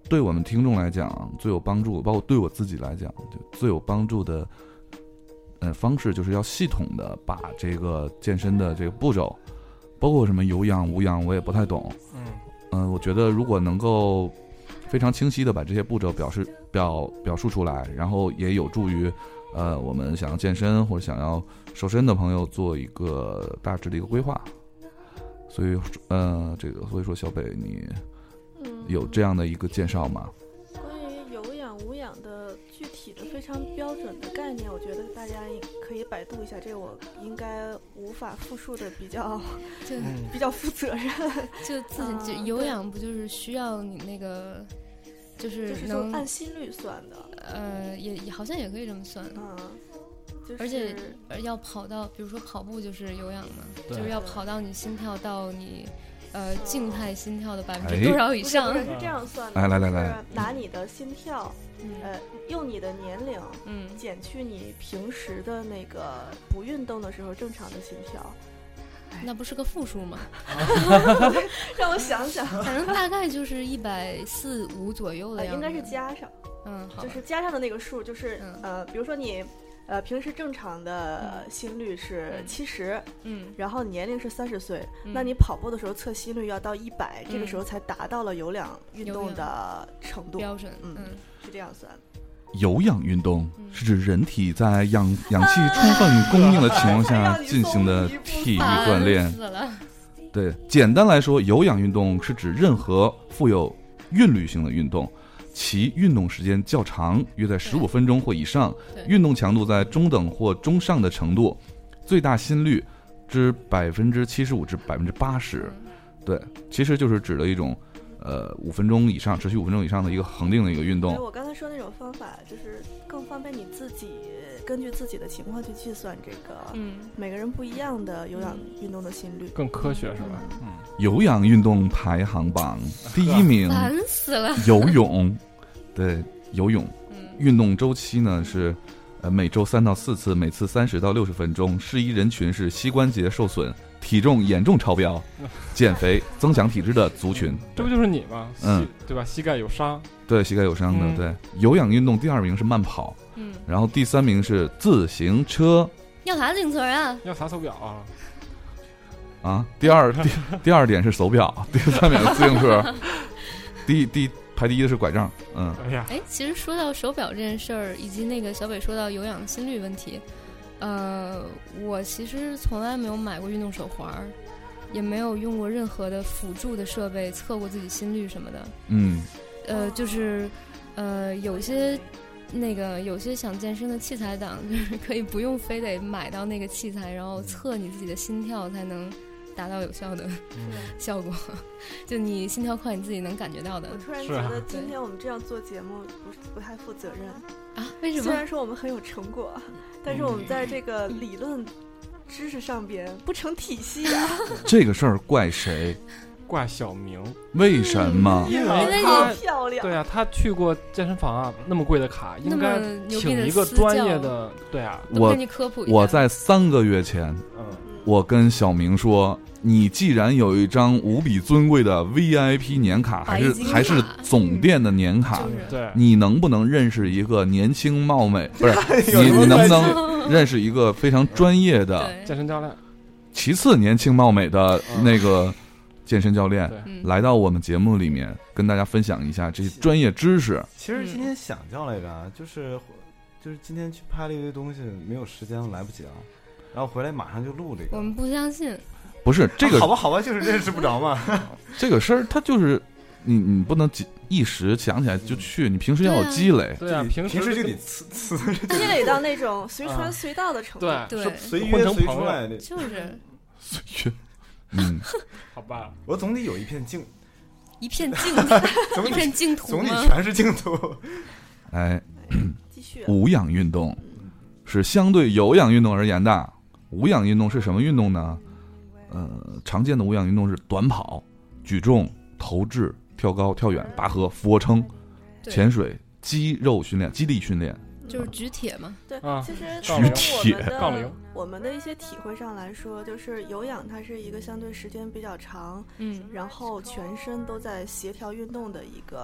对我们听众来讲最有帮助，包括对我自己来讲就最有帮助的呃方式，就是要系统的把这个健身的这个步骤，包括什么有氧无氧我也不太懂，嗯嗯、呃，我觉得如果能够非常清晰的把这些步骤表示表表述出来，然后也有助于呃我们想要健身或者想要瘦身的朋友做一个大致的一个规划。所以呃这个所以说小北你有这样的一个介绍吗？ 关于有氧无氧的具体的非常标准的概念，我觉得大家可以百度一下，这个我应该无法复述的比较就比较负责任。 就自己就有氧不就是需要你那个就是就是能按心率算的， 呃也也好像也可以这么算， 嗯，就是、 而且要跑到比如说跑步就是有氧嘛，就是要跑到你心跳到你呃静态心跳的百分之多少以上， 不是不是是这样算的， 来来来来， 就是拿你的心跳，嗯、呃，用你的年龄， 嗯， 减去你平时的那个不运动的时候正常的心跳。 那不是个负数吗？ 让我想想， 反正大概就是一百四五左右的样子、 呃，应该是加上， 嗯，好， 就是加上的那个数，就是、 嗯、 呃，比如说你呃平时正常的心率是七十， 嗯， 然后年龄是三十岁， 嗯、 那你跑步的时候测心率要到一百、嗯，这个时候才达到了有氧运动的程度标准， 嗯，嗯是这样算的。 有氧运动是指人体在氧氧气充分供应的情况下进行的体育锻炼。对，简单来说，有氧运动是指任何富有韵律性的运动，其运动时间较长，约在十五分钟或以上，运动强度在中等或中上的程度，最大心率之百分之七十五至百分之八十。对，其实就是指的一种。呃，五分钟以上，持续五分钟以上的一个恒定的一个运动。 我刚才说那种方法，就是更方便你自己根据自己的情况去计算这个，嗯，每个人不一样的有氧运动的心率， 更科学是吧？ 嗯，有氧运动排行榜第一名， 烦死了， 游泳。对，游泳，嗯、运动周期呢是，呃，每周三到四次，每次三十到六十分钟，适宜人群是膝关节受损。体重严重超标、减肥、增强体质的族群， 这不就是你吗？ 嗯， 对吧？膝盖有伤， 对，膝盖有伤的，嗯、对。有氧运动第二名是慢跑，嗯，然后第三名是自行车。 要啥自行车啊？ 要啥手表啊？ 啊，第二第第二点是手表，第三名是自行车，第第排第一的是拐杖，嗯。 哎呀， 哎，其实说到手表这件事儿，以及那个小北说到有氧心率问题。呃，我其实从来没有买过运动手环，也没有用过任何的辅助的设备测过自己心率什么的。 嗯， 呃，就是呃，有些那个有些想健身的器材党，就是可以不用非得买到那个器材，然后测你自己的心跳才能达到有效的效果。就你心跳快，你自己能感觉到的。 我突然觉得今天我们这样做节目不不太负责任啊？为什么？ 虽然说我们很有成果。但是我们在这个理论知识上边不成体系啊！ 这个事儿怪谁？ 怪小明。 为什么？ 因为他漂亮。 对啊，他去过健身房啊，那么贵的卡，应该请一个专业的。对啊， 我给你科普一下。 我在三个月前，嗯，我跟小明说，你既然有一张无比尊贵的 V I P 年卡，还是还是总店的年卡， 对， 你能不能认识一个年轻貌美？不是你，你能不能认识一个非常专业的健身教练？ 其次，年轻貌美的那个健身教练来到我们节目里面，跟大家分享一下这些专业知识。 其实今天想叫来着，就是就是今天去拍了一堆东西，没有时间，来不及了。然后回来马上就录这个。 我们不相信。 不是这个、 啊、好吧好吧，就是认识不着嘛。 这个事儿它就是你你不能一时想起来就去，你平时要有积累。 对啊，平时平时就得呲呲积累到那种随传随到的程度。 对对， 随约随出来的。 就是随约。嗯， 好吧， 我总得有一片净， 一片净，一片净土， 总得全是净土。 哎， 继续。 无氧运动是相对有氧运动而言的。无氧运动是什么运动呢？呃，常见的无氧运动是短跑、举重、投掷、跳高、跳远、拔河、俯卧撑、潜水、肌肉训练、肌力训练， 就是举铁嘛。 对， 啊、 其实举铁、 杠铃。 我们的一些体会上来说，就是有氧它是一个相对时间比较长，嗯，然后全身都在协调运动的一个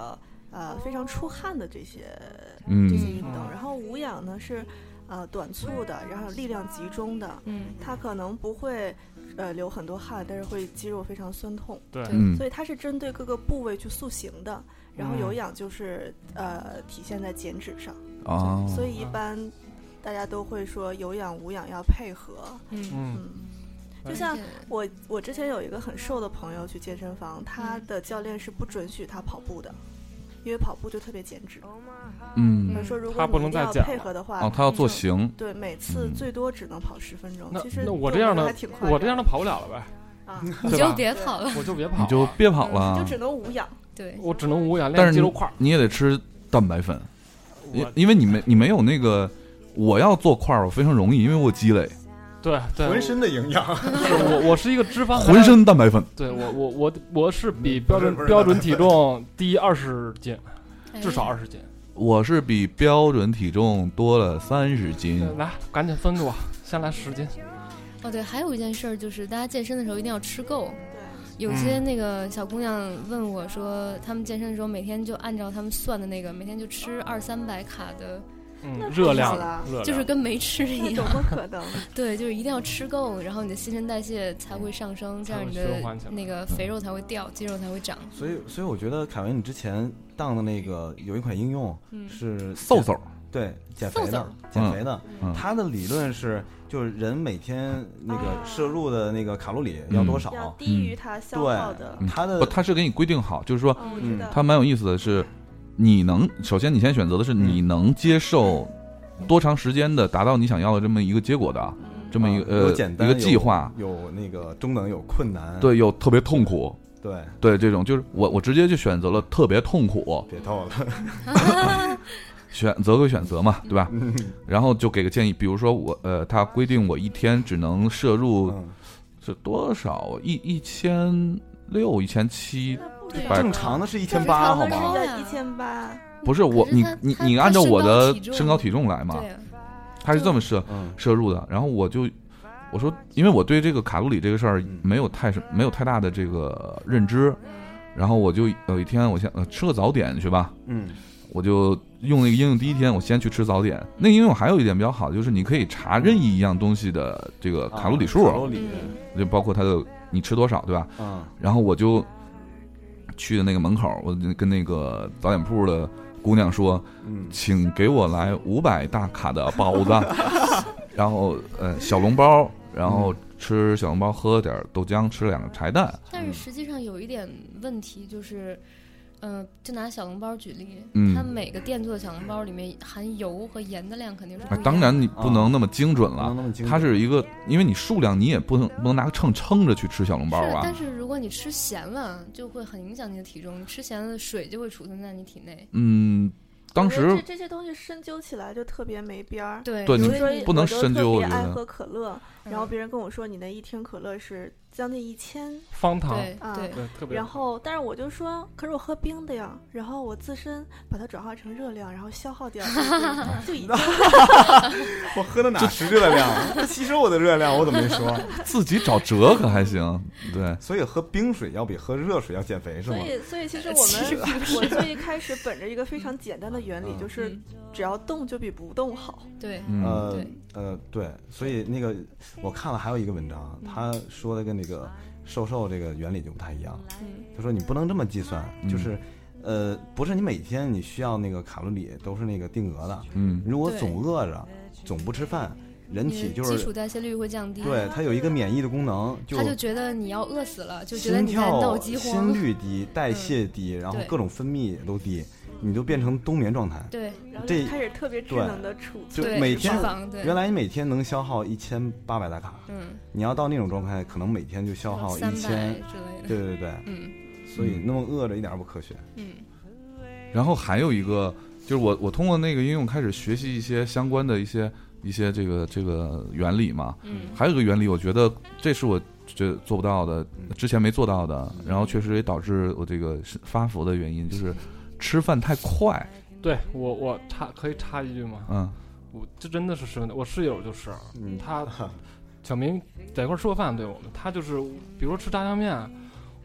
呃非常出汗的这些、 嗯这些运动。然后无氧呢是呃短促的，然后力量集中的， 嗯， 它可能不会呃流很多汗，但是会肌肉非常酸痛。 对， 嗯所以它是针对各个部位去塑形的。然后嗯有氧就是、呃体现在减脂上。 哦， 所以一般大家都会说有氧无氧要配合。 嗯嗯嗯，就像我我之前有一个很瘦的朋友去健身房，他的教练是不准许他跑步的，因为跑步就特别减脂。 嗯他说如果他不你一定要能再减配合的话， 哦，他要做就形， 对，每次嗯最多只能跑十分钟。 那其实那我对这样的觉得还挺快我这样的跑不了了呗， 啊， 你就对吧别跑了， 我就别跑了， 你就别跑了就，只能无氧。 对， 我只能无氧但是你练肌肉块儿。 你也得吃蛋白粉，因我因为你没你没有那个，我要做块儿我非常容易，因为我积累对对， 浑身的营养， 是我我是一个脂肪含浑身蛋白粉， 对我我我我是比标准不是不是标准体重低二十斤， 哎至少二十斤。 我是比标准体重多了三十斤对，来，赶紧分给我，先来十斤。 哦对，还有一件事儿就是大家健身的时候一定要吃够。 对， 有些那个小姑娘问我说，他们健身的时候每天就按照他们算的那个，每天就吃二三百卡的， 嗯那， 热量太好了热量就是跟没吃那一样。 怎么可能？ 对，就是一定要吃够，然后你的新陈代谢才会上升，这样你才会循环起来的那个肥肉才会掉，肌肉才会长。 所以所以我觉得凯文你之前当的那个有一款应用嗯， 是嗖嗖， 对减肥的嗖嗖减肥的， 嗯它的理论是就是人每天那个摄入的那个卡路里要多少， 要低于它消耗的。 嗯它的不，他是给你规定好，就是说嗯，我知道。 它蛮有意思的是，你能首先你先选择的是你能接受多长时间的达到你想要的这么一个结果的， 嗯这么一个有呃简单一个计划， 有有那个中等有困难， 对，又特别痛苦， 对， 对，这种就是我我直接就选择了特别痛苦， 别透了， 选择归选择嘛，对吧？然后就给个建议，比如说我呃，他规定我一天只能摄入嗯是多少一一千六一千七，百正常的是一千八，好吗？ 一千八。 不是我你可是他他你你按照我的他身高体重身高体重来嘛， 对啊， 他是这么摄嗯摄入的，然后我就我说，因为我对这个卡路里这个事儿嗯没有太没有太大的这个认知，然后我就有一天我先呃吃个早点去吧， 嗯我就用那个应用，第一天我先去吃早点。那个应用还有一点比较好，就是你可以查任意一样东西的这个卡路里数， 啊卡路里， 嗯就包括它的你吃多少，对吧？ 嗯然后我就去那个门口，我就跟那个早点铺的姑娘说， 嗯请给我来五百大卡的包子，然后呃小笼包，然后吃小笼包，喝点豆浆，吃两个柴蛋。 但是实际上有一点问题就是。嗯、呃，就拿小笼包举例， 嗯它每个店做的小笼包里面含油和盐的量肯定是不哎一样的。 当然你不能那么精准了， 不能那么精准它是一个，因为你数量你也不能不能拿个秤称着去吃小笼包啊是，但。是如果你吃咸了，就会很影响你的体重。你吃咸了，水就会储存在你体内。 嗯，当我觉得时这这些东西深究起来就特别没边儿。 对对你比如说不能我就深究特我觉得别爱喝可乐， 嗯然后别人跟我说你那一听可乐是将近一千， 方糖， 啊对对， 对，特别然后但是我就说，可是我喝冰的呀，然后我自身把它转化成热量，然后消耗掉，就就已经我喝的哪是热量？它吸收我的热量，我怎么没说？ 自己找辙可还行，对， 所以喝冰水要比喝热水要减肥是吗所？以所以其实我其实们我最一开始本着一个非常简单的原理， 嗯就是嗯只要动就比不动好。 对， 嗯， 呃对呃对，所以那个我看了还有一个文章，他说的跟那个瘦瘦这个原理就不太一样。 嗯他说你不能这么计算， 嗯就是呃不是你每天你需要那个卡路里都是那个定额的， 嗯如果对总饿着，总不吃饭，人你体就的基础是代谢率会降低。 对它有一个免疫的功能，就他就觉得你要饿死了，就觉得心你在跳闹饥心荒。 率低，代谢低，然后对各种分泌也都低，你就变成冬眠状态。 对然后这就开始特别智对能的储就存对， 每天脂肪对， 原来你每天能消耗一千八百大卡， 嗯， 你要到那种状态，可能每天就消耗三百一千。 之类的。 对对对， 嗯所以那么饿着一点儿不科学。 嗯然后还有一个就是我我通过那个应用开始学习一些相关的一些一些这个这个原理嘛， 嗯还有一个原理，我觉得这是我觉得做不到的，之前没做到的，然后确实也导致我这个是发福的原因，就是吃饭太快。 对我我插可以插一句吗？ 嗯我这真的是十分，我室友就是嗯他，小明在一块儿吃过饭，对我们，他就是比如说吃炸酱面，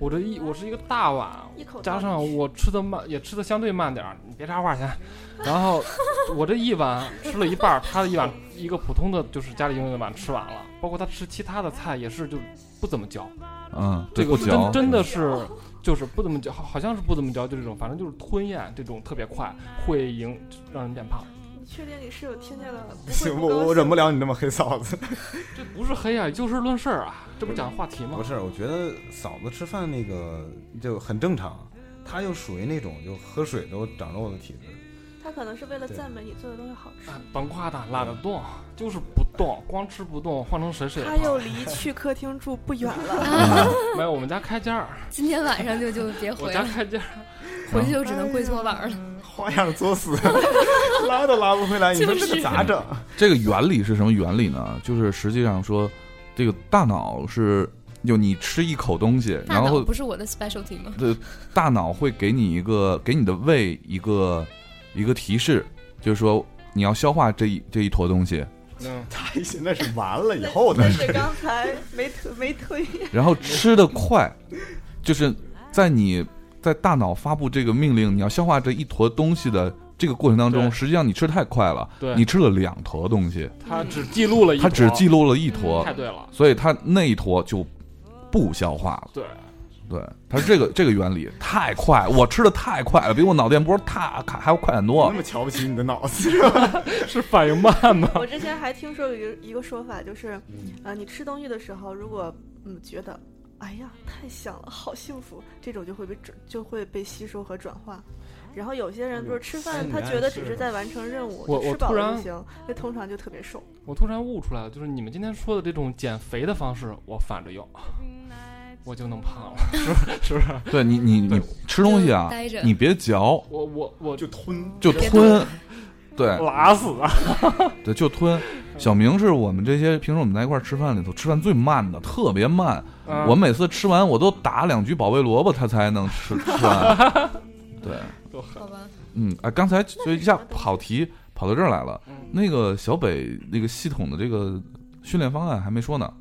我这一我是一个大碗， 一口加上我吃的慢，也吃的相对慢点儿，你别插话先。然后我这一碗吃了一半，他的一碗一个普通的就是家里用的碗吃完了，包括他吃其他的菜也是就不怎么嚼。 嗯， 这个不嚼真真的是就是不怎么嚼，好好像是不怎么嚼，就这种，反正就是吞咽这种特别快，会影让人变胖。 你确定你是有听见了？ 行，我我忍不了你那么黑嫂子。 这不是黑啊，就事论事啊，这不讲话题吗？ 不是，我觉得嫂子吃饭那个就很正常，她又属于那种就喝水都长肉的体质。 他可能是为了赞美你做的东西好吃。 啊、甭夸他，懒得动，就是不动，光吃不动，换成谁谁也他胖。 又离去客厅住不远了。 没有，我们家开间儿。 今天晚上就就别我回了， 家开间儿， 回去就只能跪搓板了。 花样作死，拉都拉不回来，你说这个咋整？ 这个原理是什么原理呢？就是实际上说，这个大脑是，就你吃一口东西， 大脑然后不是我的 specialty 吗？ 对，大脑会给你一个，给你的胃一个一个提示，就是说你要消化这一这一坨东西。 嗯， 他现在是完了以后的事。 但是刚才没推没推。 然后吃得快，就是在你在大脑发布这个命令，你要消化这一坨东西的这个过程当中， 对实际上你吃太快了， 对， 你吃了两坨东西， 他只记录了一坨， 他只记录了一坨， 太对了， 所以他那一坨就不消化了。 对。 对，它是这个这个原理，太快，我吃的太快了，比我脑电波太还要快很多。 那么瞧不起你的脑子是吧？ 是反应慢吗？ 我之前还听说有一个一个说法，就是呃，你吃东西的时候，如果嗯觉得哎呀太香了，好幸福，这种就会被转就会被吸收和转化。然后有些人就是吃饭，他觉得只是在完成任务， 我就吃饱我突然了就行，那通常就特别瘦。 我突然悟出来了，就是你们今天说的这种减肥的方式，我反着用。我就能胖了，是不是？是不是？ 对你，你你吃东西啊，你别嚼， 我我我就吞， 就吞，对， 拉死啊！ 对，就吞。小明是我们这些平时我们在一块儿吃饭里头吃饭最慢的，特别慢。 嗯、 我每次吃完我都打两局保卫萝卜，他才能吃吃完。对， 好吧。 嗯，哎，刚才就一下跑题跑到这儿来了。那个小北那个系统的这个训练方案还没说呢。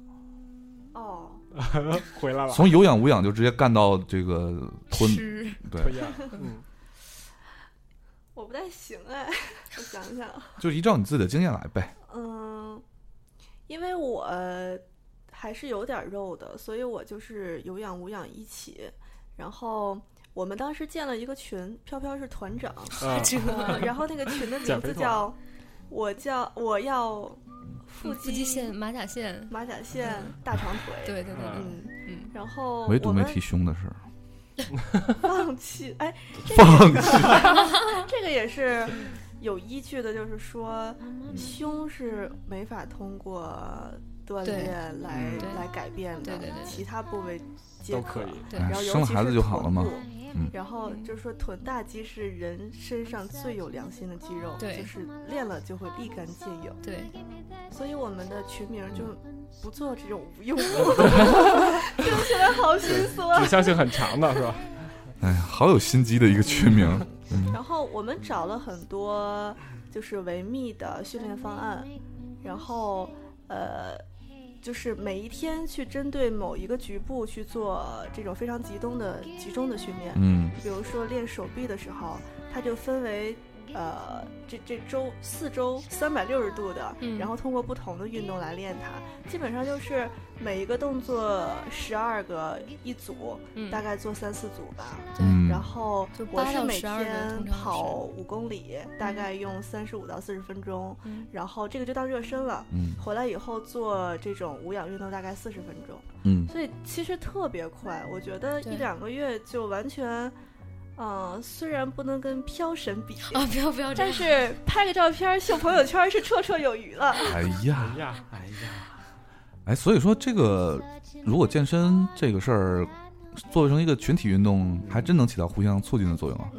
回来了， 从有氧无氧就直接干到这个吞，对， 嗯， 我不太行哎，我想想， 就依照你自己的经验来呗。 嗯，因为我还是有点肉的，所以我就是有氧无氧一起。然后我们当时建了一个群，飘飘是团长， 啊呃、然后那个群的名字叫“我叫我要”。腹腹肌线、马甲线、 马甲线、大长腿， 对对对， 嗯嗯，然后唯独没提胸的事。 放弃，哎， 放弃， 这个也是有依据的，就是说胸是没法通过锻炼来来改变的， 对对对， 其他部位皆可。 对， 然后生孩子就好了嘛。 嗯，然后就是说臀大肌是人身上最有良心的肌肉， 对， 就是练了就会立竿见影。 对， 所以我们的群名就不做这种无用的，听起来好心酸。 指向性很强的是吧？ 哎呀，好有心机的一个群名。嗯、 然后我们找了很多就是维密的训练方案，然后呃。就是每一天去针对某一个局部去做这种非常集中的集中的训练， 嗯， 比如说练手臂的时候，它就分为呃这这周四周三百六十度的、嗯，然后通过不同的运动来练它，基本上就是每一个动作十二个一组、嗯，大概做三四组吧， 嗯， 然后我是每天跑五公里，大概用三十五到四十分钟、嗯，然后这个就当热身了，嗯，回来以后做这种无氧运动大概四十分钟， 嗯， 所以其实特别快，我觉得一两个月就完全。嗯、呃，虽然不能跟飘神比啊，不要不要， 但是拍个照片秀朋友圈是绰绰有余了。 哎呀， 哎呀， 哎呀， 哎，所以说这个如果健身这个事儿作为成一个群体运动，还真能起到互相促进的作用啊。 嗯，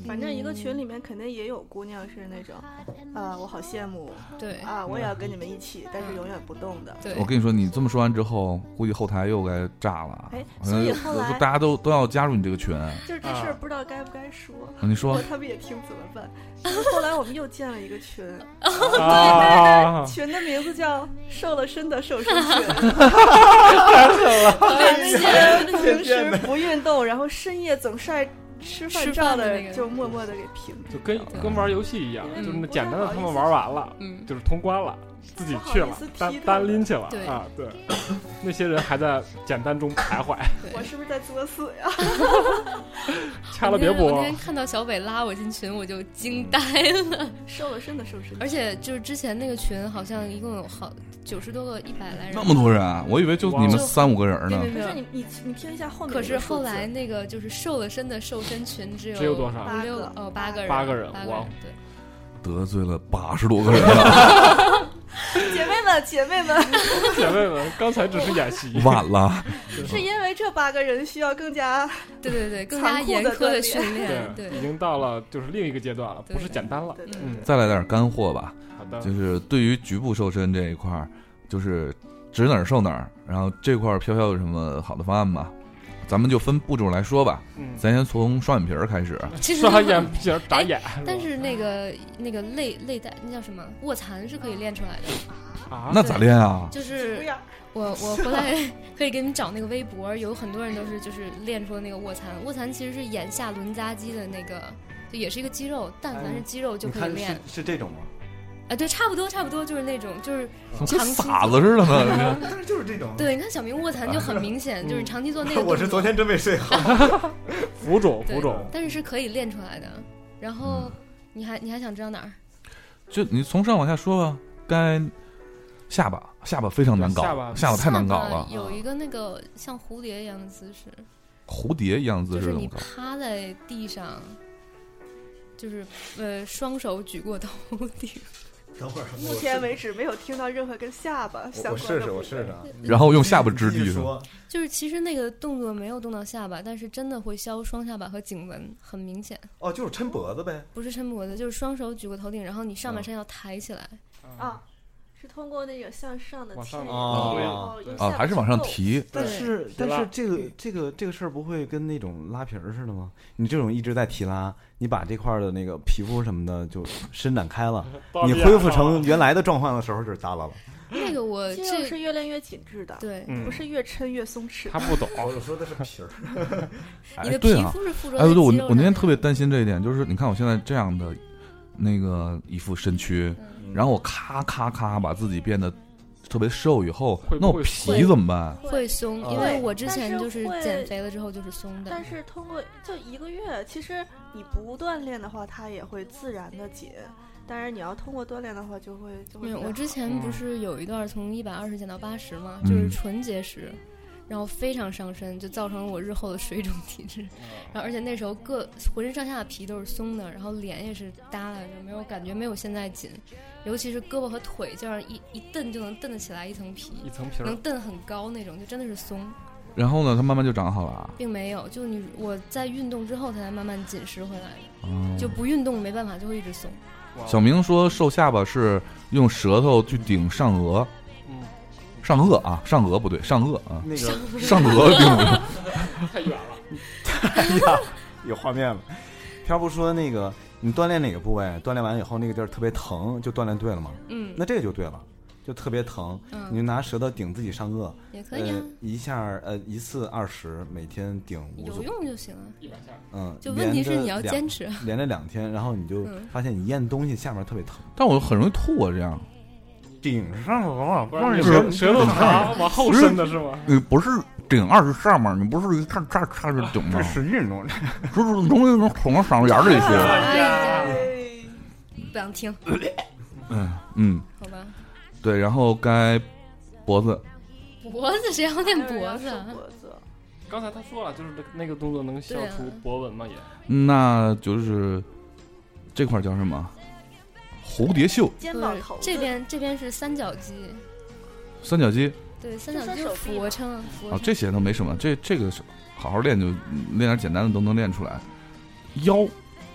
反正一个群里面肯定也有姑娘是那种，啊、呃，我好羡慕， 对啊，我也要跟你们一起，但是永远不动的。 对， 我跟你说，你这么说完之后，估计后台又该炸了。 哎， 好像所以后来大家都都要加入你这个群。 就是这事儿不知道该不该说。 啊、你说， 他们也听怎么办？就是后来我们又建了一个群， 啊， 群的名字叫“瘦了身的瘦身群”。 太狠了！ 那些平时不运动，然后深夜总晒吃饭照的人，就默默的给屏蔽。 就跟跟玩游戏一样， 嗯、 就是那简单的他们玩完了， 嗯， 就是通关了，自己去了，单单拎去了对啊，对，那些人还在简单中徘徊。 我是不是在作死呀？ 掐了别播。 我那天看到小北拉我进群，我就惊呆了。 瘦了身的瘦身， 而且就是之前那个群好像一共有好九十多个、一百来人， 那么多人啊！我以为就你们三五个人呢。 可是你你你听一下后面。 可是后来那个就是瘦了身的瘦身群只有只有多少？ 五六哦八个人， 八个人， 哇！ 对，得罪了八十多个人了。 姐妹们，姐妹们， 姐妹们，刚才只是演戏， 晚了。 是因为这八个人需要更加对对对更加严苛的训练， 对，已经到了就是另一个阶段了，不是简单了。 嗯， 再来点干货吧。 好的， 就是对于局部瘦身这一块儿，就是指哪儿瘦哪儿。然后这块儿飘飘有什么好的方案吗？咱们就分步骤来说吧。嗯，咱先从双眼皮儿开始。 双眼皮儿眨眼。 但是那个那个肋肋带那叫什么卧蚕是可以练出来的。 啊？ 那咋练啊？ 就是我我回来可以给你找那个微博，有很多人都是就是练出了那个卧蚕。卧蚕其实是眼下轮匝肌的那个，就也是一个肌肉，但凡是肌肉就可以练。 是, 是这种吗？ 啊，对，差不多，差不多就是那种，就是跟傻子似的呢。 就是这种。 对，你看小明卧蚕就很明显，就是长期做那个。 我是昨天真没睡好。 浮肿，浮肿。 但是是可以练出来的。然后你还你还想知道哪儿？ 就你从上往下说吧。该下巴，下巴非常难搞， 下巴下巴太难搞了。 有一个那个像蝴蝶一样的姿势。 蝴蝶一样的姿势， 就是你趴在地上，就是呃双手举过头顶。 等会儿， 目前为止没有听到任何跟下巴相关的。 我试试，我试试。 然后用下巴支地上。 就是其实那个动作没有动到下巴，但是真的会削双下巴和颈纹，很明显。 哦，就是抻脖子呗？ 不是抻脖子，就是双手举过头顶，然后你上半身要抬起来。 啊。是通过那个向上的提， 啊啊，还是往上提。 但是但是这个这个这个事儿不会跟那种拉皮儿似的吗？你这种一直在提拉，你把这块的那个皮肤什么的就伸展开了，你恢复成原来的状况的时候就是耷拉了。 那个我肌肉是越练越紧致的， 对， 不是越抻越松弛。 他不懂， 我说的是皮儿。 你的皮肤是附着在哎，对，我肌肉我那天特别担心这一点，就是你看我现在这样的那个一副身躯，然后我咔咔咔把自己变得特别瘦以后，那我皮怎么办？ 会松，因为我之前就是减肥了之后就是松的。 但是通过就一个月，其实你不锻炼的话，它也会自然的紧。但是你要通过锻炼的话，就会就会。 没有，我之前不是有一段从一百二十减到八十嘛，嗯、就是纯节食。然后非常伤身，就造成了我日后的水肿体质。然后而且那时候各浑身上下的皮都是松的，然后脸也是耷拉着，没有感觉，没有现在紧。尤其是胳膊和腿，这样一一蹬就能蹬得起来一层皮， 一层皮能蹬很高那种，就真的是松。 然后呢，它慢慢就长好了、啊， 并没有，就你我在运动之后，它才慢慢紧实回来的。 嗯、 就不运动没办法，就会一直松。 小明说瘦下巴是用舌头去顶上颚。上颚啊，上颚不对，上颚啊， 那个上颚并太远了， 哎呀，有画面了。飘不说那个，你锻炼哪个部位？锻炼完以后那个地儿特别疼，就锻炼对了吗？ 嗯， 那这个就对了，就特别疼， 嗯、 你就拿舌头顶自己上颚， 也可以啊， 呃、一下呃一次二十，每天顶五组， 有用就行了， 一百下。 嗯， 就问题是你要坚持， 连着两天，然后你就发现你咽东西下面特别疼， 但我很容易吐啊，这样。 顶上了， 不是舌舌头长往后伸的是吗？ 你不是顶二是上面，你不是一叉叉叉就顶吗？ 这是运动， 就是容易能捅到嗓子眼里去。 哎呀，不想听。 嗯嗯， 好吧。 对，然后该脖子。 脖子谁要练脖子？ 脖子。 刚才他说了，就是那个动作能消除脖纹嘛，也。 那就是这块叫什么？蝴蝶袖， 肩膀头， 这边这边是三角肌， 三角肌， 对，三角肌是俯卧撑， 哦，这些都没什么，这这个好好练就练点简单的都能练出来。腰，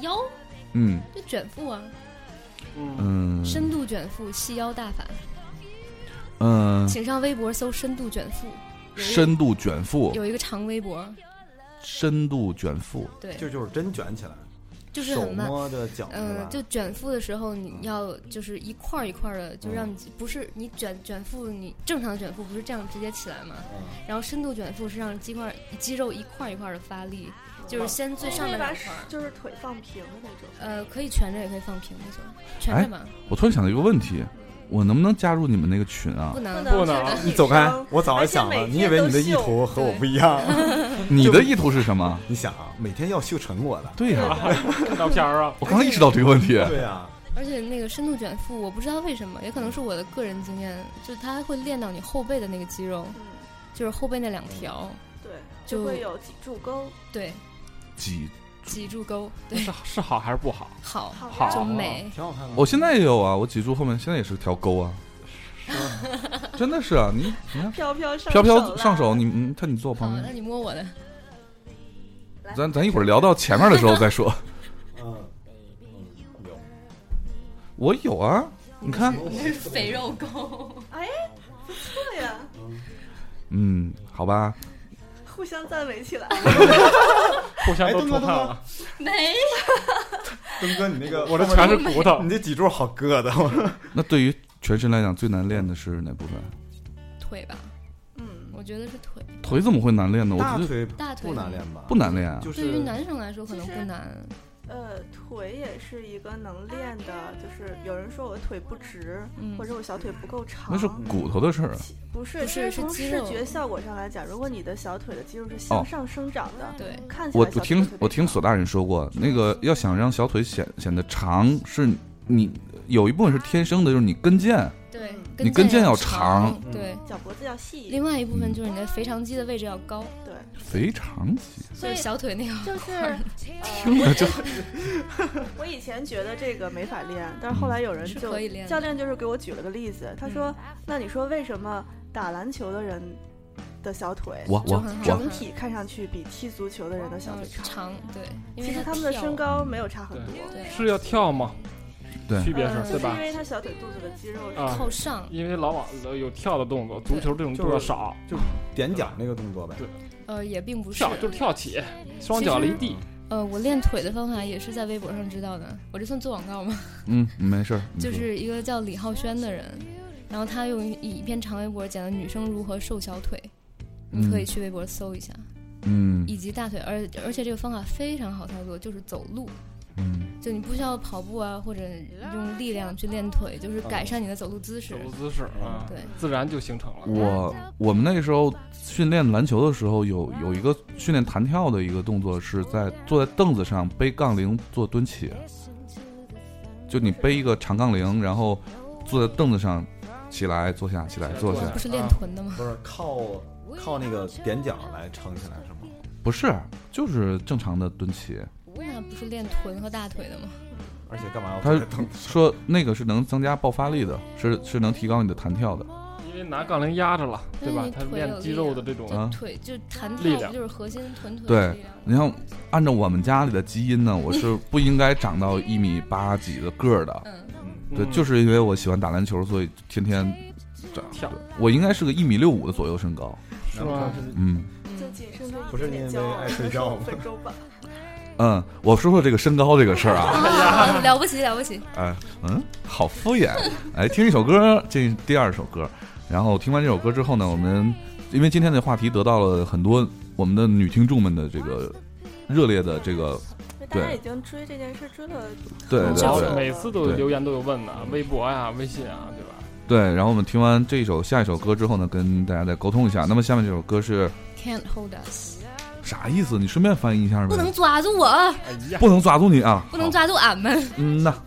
腰， 嗯就卷腹啊， 嗯， 嗯， 深度卷腹，细腰大法。 嗯， 请上微博搜深度卷腹， 深度卷腹， 有一个长微博， 深度卷腹， 对， 就就是真卷起来，手就是很慢。 摸着脚， 嗯、 是吧就卷腹的时候，你要就是一块儿一块儿的，就让你、 嗯不是你卷卷腹，你正常的卷腹不是这样直接起来嘛？ 嗯然后深度卷腹是让肌块肌肉一块儿一块儿的发力，就是先最上面把两块儿， 就是腿放平的那种。 呃，可以蜷着也可以放平的，就蜷着嘛， 我突然想到一个问题，我能不能加入你们那个群啊不？能不能是的你走开女生！ 我早就想了， 而且每你以为你的意天都秀图和我不一样？ 你的意图是什么？ 你想啊，每天要秀成果的， 对呀、 看照片啊， 我刚刚意识到这个问题。 对呀， 而且那个深度卷腹，我不知道为什么，也可能是我的个人经验，就它会练到你后背的那个肌肉， 嗯， 就是后背那两条， 对， 就就会有脊柱沟， 对， 几， 脊柱沟，对， 是是好还是不好？ 好， 好就美。 挺好看的。 我现在也有啊，我脊柱后面现在也是条沟啊，真的是啊，你你看飘飘上飘飘手上手， 啦你嗯，他你坐我好， 旁边， 那你摸我的， 来咱咱一会儿聊到前面的时候再说。 嗯，有我有啊，你看， 那是肥肉沟。 哎，不错呀， 嗯，好吧， 互相赞美起来。 互相都出哎东哥汗了， 没， 东哥，你那个我这全是骨头你。这脊柱好硌的，我那对于全身来讲最难练的是哪部分？ 腿吧， 嗯， 我觉得是腿。 腿怎么会难练呢？我觉得大腿大腿不难练吧？ 不难练啊。 就是对于男生来说可能不难， 呃，腿也是一个能练的，就是有人说我腿不直， 嗯或者我小腿不够长， 那是骨头的事儿啊。 其不是， 不就是从视是肌肉觉效果上来讲，如果你的小腿的肌肉是向上生长的， 对， 看起我我来小腿特别听我听长索大人说过，那个要想让小腿显显得长，是你有一部分是天生的，就是你跟腱， 对， 你跟腱要要长对。 脚脖子要细一点， 另外一部分就是你的腓肠肌的位置要高， 对， 肥肠肌， 所以小腿那个就是听着就我以前觉得这个没法练，但是后来有人是就可以练的教练就是给我举了个例子，他说：“那你说为什么打篮球的人的小腿我我就很好我整体看上去比踢足球的人的小腿长？ 长，对，因为其实他们的身高没有差很多， 对是要跳吗？ 对区别呃是对吧就是因？为他小腿肚子的肌肉是啊靠上， 因为老往有跳的动作，足球这种动作少， 踮脚那个动作呗。 对呃，也并不是跳，就是跳起，双脚离地。 呃，我练腿的方法也是在微博上知道的，我这算做广告吗？ 嗯没事儿，你说就是一个叫李浩轩的人，然后他用一一篇长微博讲的女生如何瘦小腿，你可以去微博搜一下， 嗯以及大腿，而而且这个方法非常好操作，就是走路， 嗯就你不需要跑步啊，或者用力量去练腿，就是改善你的走路姿势手。姿势啊， 对， 自然就形成了。 我我们那时候训练篮球的时候，有有一个训练弹跳的一个动作，是在坐在凳子上背杠铃做蹲起，就你背一个长杠铃，然后坐在凳子上起来坐下起来坐下不，是练臀的吗？ 不是靠靠那个踮脚来撑起来是吗？ 不是就是正常的蹲起。 那不是练臀和大腿的吗？ 而且干嘛要他坐在凳子上？ 说那个是能增加爆发力的，是是能提高你的弹跳的。 因为拿杠铃压着了，对吧但是？你他练肌腿有力量肉的这种啊就腿就弹力量跳不就是核心臀腿对的力量吗？ 你像按照我们家里的基因呢，我是不应该长到一米八几的个儿的。 嗯， 嗯， 对， 嗯就是因为我喜欢打篮球，所以天天长跳。 我应该是个一米六五的左右身高。 是吗？ 嗯就仅剩这不是一点因为骄傲爱睡觉吗五分钟吧。 嗯，我说说这个身高这个事儿啊。 啊，了不起了不起！ 哎，嗯，好敷衍。哎，听一首歌，这是第二首歌。然后听完这首歌之后呢，我们因为今天的话题得到了很多我们的女听众们的这个热烈的这个大家已经追这件事追了对很对对久了每次都有对留言都有问的，微博呀、微信啊，对吧？ 对。然后我们听完这一首下一首歌之后呢，跟大家再沟通一下。那么下面这首歌是 Can't hold us， 啥意思？你顺便翻译一下呗。 不能抓住我， 哎呀， 不能抓住你啊！ 不能抓住俺们。 嗯呐。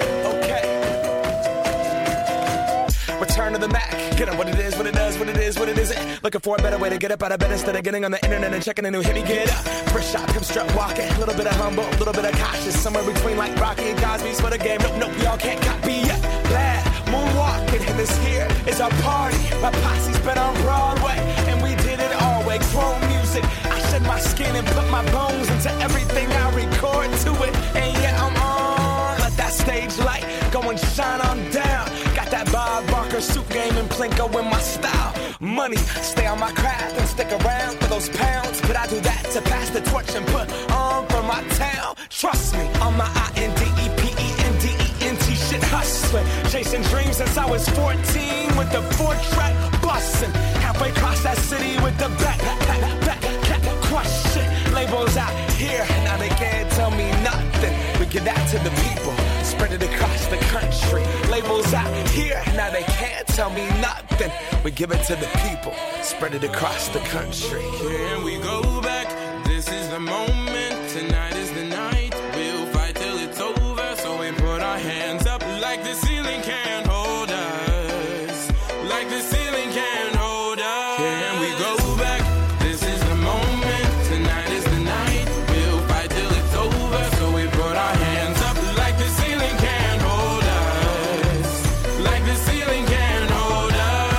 Return to the Mac. Get up what it is, what it does, what it is, what it minute, is it? Looking for a better way to get up out of bed instead of getting on the internet and checking a new hit. Me get up, first shot, come strut walking. A little bit of humble, a little bit of cautious. Somewhere between like Rocky and Cosby's for the game. Nope, nope, y'all can't copy yet. Glad moonwalking, and this here is our party. My posse's been on Broadway, and we did it all way. Grown music, I shed my skin and put my bones into everything I record to it. And yeah, I'm on. Let that stage light go and shine on down. Got that Bob Barker suit game and Plinko in my style. Money, stay on my craft and stick around for those pounds. But I do that to pass the torch and put on for my town. Trust me, on my I N D E P E N D E N T shit hustling. Chasing dreams since I was fourteen with the four track bustin'. Halfway across that city with the back, back, back, back, crush shit. Labels out here, now they can't tell me nothing. We give that to the people, spread it across the country. Labels out here, now they can't tell me nothing. We give it to the people, spread it across the country. Here we go back, this is the moment, tonight is the night. We'll fight till it's over, so we put our hands up like the ceiling can't hold us. Like the ceiling can't hold us. Here we go back, this is the moment, tonight is the night. We'll fight till it's over, so we put our hands up like the ceiling can't hold us. Like the ceiling can't hold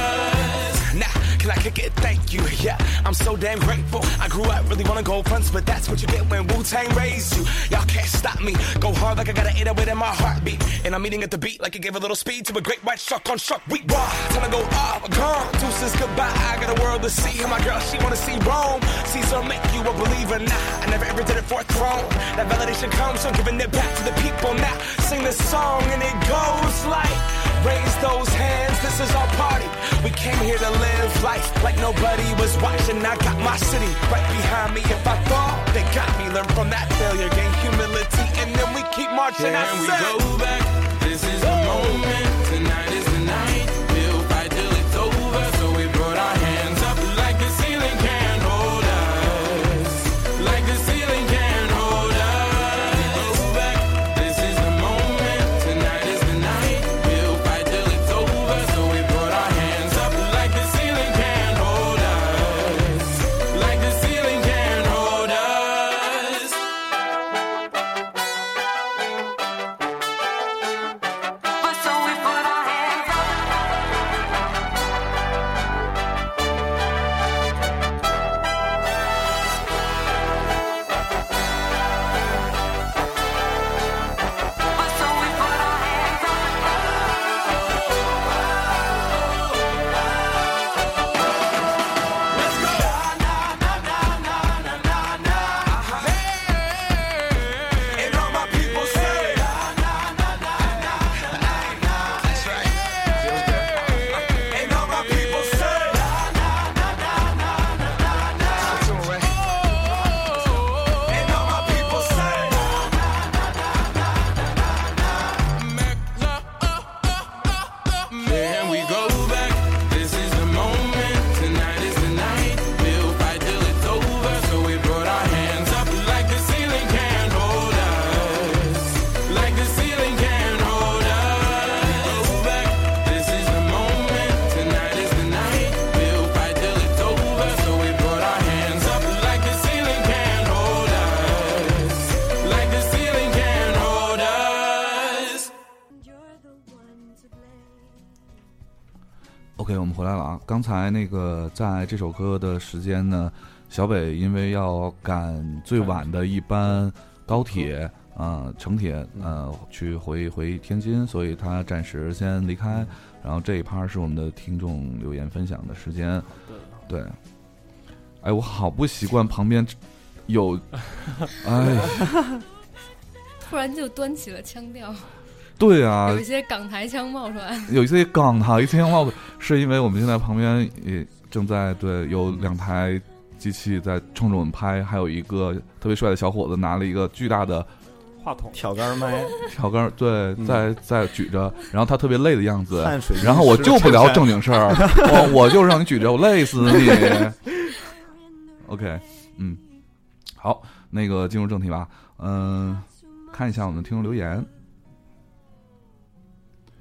us. Now, can I kick it? Thank you, yeah, I'm so damn grateful. I grew up really wanna go fronts, but that's what you get when Wu-Tang raised you. Y'all can't stop me, go hard like I got an eight oh eight in my heartbeat. And I'm eating at the beat like it gave a little speed to a great white shark on shark week. Raw, time to go off, gone, deuces goodbye. I got a world to see, and my girl, she wanna see Rome. Caesar make you a believer, nah, I never ever did it for a throne. That validation comes from giving it back to the people. Now, sing this song and it goes like, raise those hands, this is our party. We came here to live life like nobody was watching. I got my city right behind me. If I fall, they got me. Learn from that failure, gain humility, and then we keep marching. Can we go back? This is the moment. Tonight is the night. We'll fight till it's over. So we put our hands up like the ceiling can't hold us. Like the ceiling can't hold us. Go back. This is the moment. Tonight is the night. We'll fight till it's over. So we put our hands up like the ceiling can't hold us. Like the ceiling can't hold us. So we put our hands up. So we put our hands up. And all my people say, that's right. And all my people say, and all my people say, Can we go back? This is the moment. Tonight is the night. We'll fight till it's over. So we put our hands up like the ceiling can't hold us. Like the ceiling can't hold us. Go back. This is the moment. Tonight is the night. We'll fight till it's over. So we put our hands up like the ceiling can't hold us. Like the ceiling can't hold us. OK， 我们回来了啊。刚才那个在这首歌的时间呢，小北因为要赶最晚的一班高铁，呃，城铁，呃，去回回天津，所以他暂时先离开。然后这一趴是我们的听众留言分享的时间。对，哎，我好不习惯旁边有，哎， 突然就端起了腔调， 对啊有，一些港台腔冒出来。 有一些港台腔冒，是因为我们现在旁边也正在对有两台机器在冲着我们拍，还有一个特别帅的小伙子拿了一个巨大的话筒挑杆麦， 挑杆，对，在在举着，然后他特别累的样子汗水， 然后我就不聊正经事儿，我我就让你举着，我累死你。OK， 嗯，好，那个进入正题吧，嗯、看一下我们的听众留言。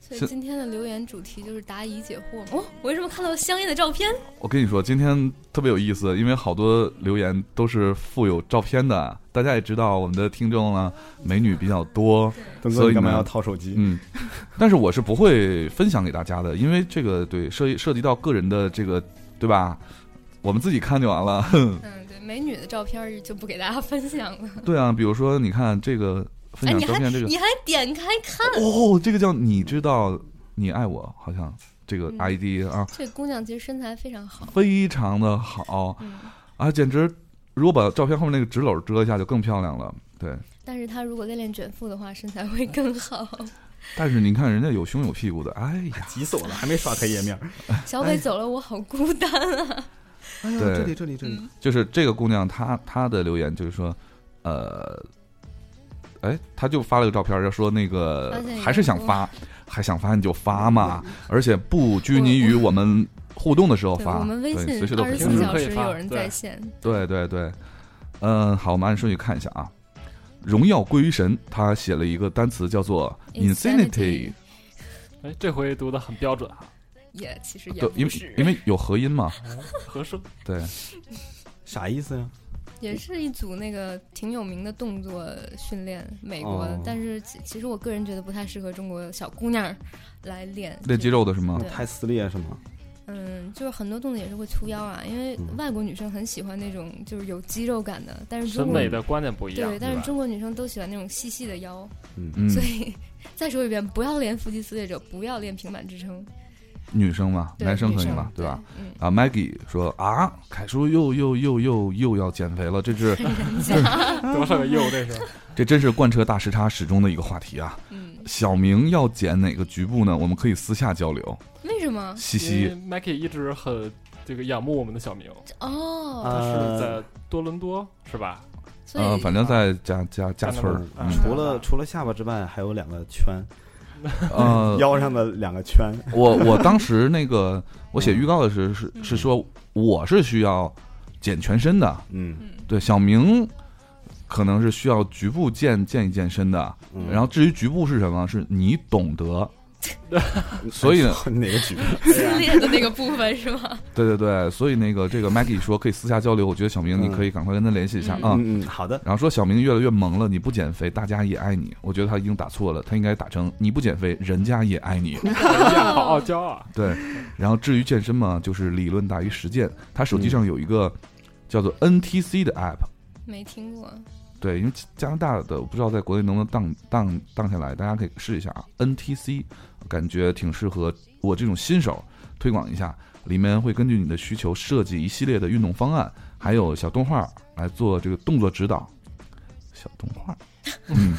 所以今天的留言主题就是答疑解惑。哦，我为什么看到香烟的照片？ 我跟你说，今天特别有意思，因为好多留言都是附有照片的。大家也知道，我们的听众呢，美女比较多，所以干嘛要呢， 掏手机？ 嗯，但是我是不会分享给大家的，因为这个对涉涉及到个人的这个，对吧？我们自己看就完了。 嗯，对，美女的照片就不给大家分享了。 对啊，比如说，你看这个分享哎，你还照片，这个你还点开看？ 哦，这个叫你知道你爱我，好像这个嗯 I D 啊， 这姑娘其实身材非常好。 非常的好嗯， 啊，简直如果把照片后面那个直篓遮一下，就更漂亮了。对， 但是她如果练练卷腹的话，身材会更好。 但是你看人家有胸有屁股的，哎呀， 急死我了，还没刷开页面。 小北走了，我好孤单啊。 哎呀， 对这里这里这里， 就是这个姑娘，她她的留言就是说，呃，哎，她就发了个照片，要说那个发现一个还是想发，还想发你就发嘛，而且不拘泥于我们互动的时候对， 发， 我们微对，随信时都可以发二十四小可以发时有人在线。 对对对，嗯，好，我们按顺序看一下啊。荣耀归于神，他写了一个单词叫做 insanity， 哎，这回读的很标准哈， 也其实也对，因为不是， 因为有合音嘛， 合声。 对， 啥意思呀？ 也是一组那个挺有名的动作训练，美国的， 哦但是其其实我个人觉得不太适合中国小姑娘来练练肌肉的是吗？ 对太撕裂是吗？ 嗯，就是很多动作也是会粗腰啊，因为外国女生很喜欢那种就是有肌肉感的，但是中国审美的观念不一样， 对，但是吧中国女生都喜欢那种细细的腰， 嗯， 所以再说一遍，不要练腹肌撕裂者，不要练平板支撑， 女生嘛， 对男生可以女生吧？对吧？？ 嗯， 啊 ，Maggie 说啊，凯叔又又又又又要减肥了，这是多少个又这是？ 这真是贯彻大时差始终的一个话题啊。 嗯， 小明要减哪个局部呢？我们可以私下交流。 为什么？ 因西西为 Mackie 一直很这个仰慕我们的小明， 哦， 他是呃， 在多伦多是吧？ 所以呃，反正在家家家村儿， 嗯嗯， 除了除了下巴之外，还有两个圈， 呃， 腰上的两个圈。 我我当时那个我写预告的时候是嗯是说我是需要减全身的， 嗯， 对，小明可能是需要局部健健一健身的， 嗯然后至于局部是什么，是你懂得，所以呢， 哪个局？ 撕裂的那个部分是吗？ 对对对，所以那个这个 Maggie 说可以私下交流，我觉得小明你嗯可以赶快跟他联系一下嗯啊。 嗯嗯，好的。 然后说小明越来越萌了，你不减肥，大家也爱你。我觉得他已经打错了，他应该打成你不减肥，人家也爱你。 好傲娇啊！ 对，然后至于健身嘛，就是理论大于实践。他手机上有一个叫做 N T C 的 app， 没听过。 对，因为加拿大的我不知道在国内能不能当当当下来，大家可以试一下啊。N T C 感觉挺适合我这种新手推广一下，里面会根据你的需求设计一系列的运动方案，还有小动画来做这个动作指导。小动画，嗯，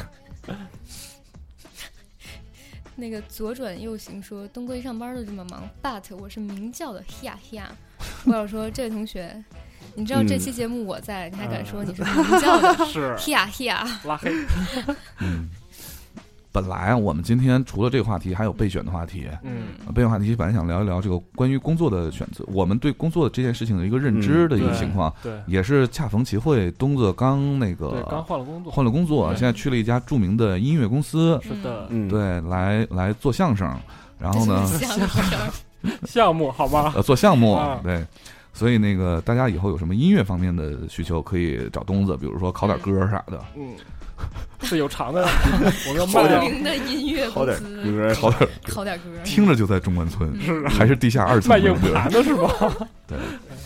那个左转右行说，东哥一上班都这么忙 ，but 我是明教的呀呀。我想说，这位同学，你知道这期节目我在，你还敢说你是明教的是呀呀？ 拉黑， 嗯，本来啊，我们今天除了这个话题，还有备选的话题。 嗯， 呃备选话题本来想聊一聊这个关于工作的选择，我们对工作这件事情的一个认知的一个对情况， 对也是恰逢其会，东子刚那对，刚个换了工作， 换了工作， 对现在去了一家著名的音乐公司， 是的， 嗯， 对，来来做相声，然后呢， 这是相声项目好吗？ 呃，做项目啊， 对。所以那个大家以后有什么音乐方面的需求，可以找东子，比如说考点歌啥的， 嗯，是有偿的，我们要著卖掉名的音乐好点公司， 歌， 考点考点歌， 听着就在中关村， 是还是地下二层卖硬的歌。 盘的是吗？ 对。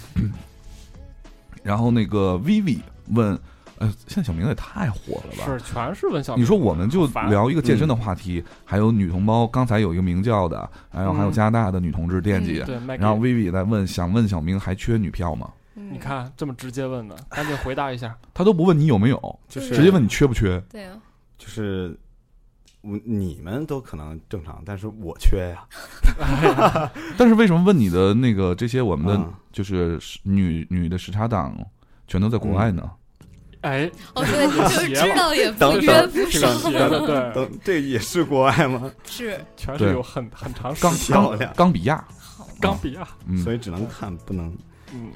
然后那个 Vivi 问，呃，现在小明也太火了吧？ 是，全是问小明。 你说我们就烦聊一个健身的话题，还有女同胞，刚才有一个明教的，还有还有嗯加拿大的女同志惦记， 对，卖给然后 Vivi 来问，想问小明还缺女票吗？ 嗯你，看这么直接问的，赶紧回答一下。 他都不问你有没有， 就是直接问你缺不缺。 对啊， 就是我你们都可能正常，但是我缺呀。 但是为什么问你的那个这些我们的嗯就是女女的时差党全都在国外呢？ 哎， 哦对，就是知道也不等约不挺上， 邪的，对， 等这也是国外吗？ 是全是有很很长时冈间。 冈漂亮冈比亚， 好吗？ 冈比亚， 嗯所以只能看不能。 嗯，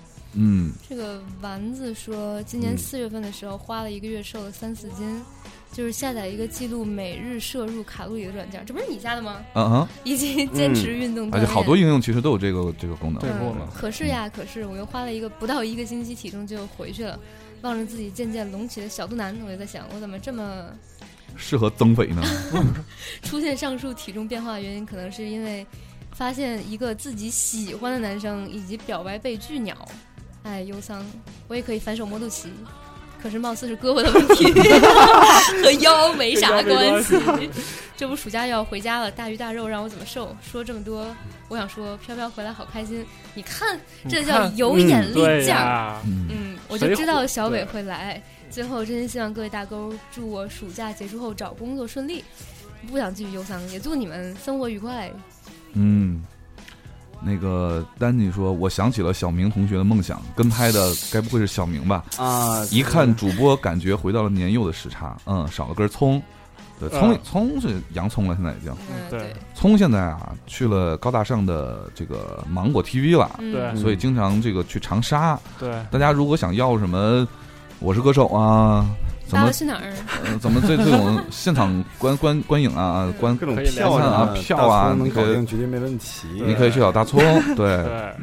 嗯， 这个丸子说，今年嗯四月份的时候花了一个月瘦了三四斤， 就是下载一个记录每日摄入卡路里的软件，这不是你下的吗？ 嗯哼， 以及坚持运动锻炼， 而且好多应用其实都有这个这个功能。 对功能嗯。可是呀，可是我又花了一个不到一个星期，体重就回去了。望着自己渐渐隆起的小肚腩，我就在想，我怎么这么适合增肥呢？ 出现上述体重变化的原因，可能是因为发现一个自己喜欢的男生以及表白被拒鸟，哎，忧伤。我也可以反手摸肚脐，可是貌似是胳膊的问题，和腰没啥关系。这不暑假要回家了，大鱼大肉让我怎么瘦？说这么多，我想说，飘飘回来好开心。你看，这叫有眼力对劲儿。 呀， 嗯，我就知道小北会来。最后，真心希望各位大勾祝我暑假结束后找工作顺利，不想继续忧伤，也祝你们生活愉快。 嗯，那个丹尼说，我想起了小明同学的梦想，跟拍的该不会是小明吧？ 啊， 一看主播，感觉回到了年幼的时差。嗯，少了根葱。对，葱、 嗯、 葱是洋葱了，现在已经。 嗯，对。 葱现在啊，去了高大上的这个芒果 T V 了， 对， 所以经常这个去长沙。 对， 大家如果想要什么，我是歌手啊，怎么去哪儿？ 呃，怎么这这种现场观观观影啊，观各种票啊票啊， 能搞定绝对没问题。 你可以去找大葱，对。 对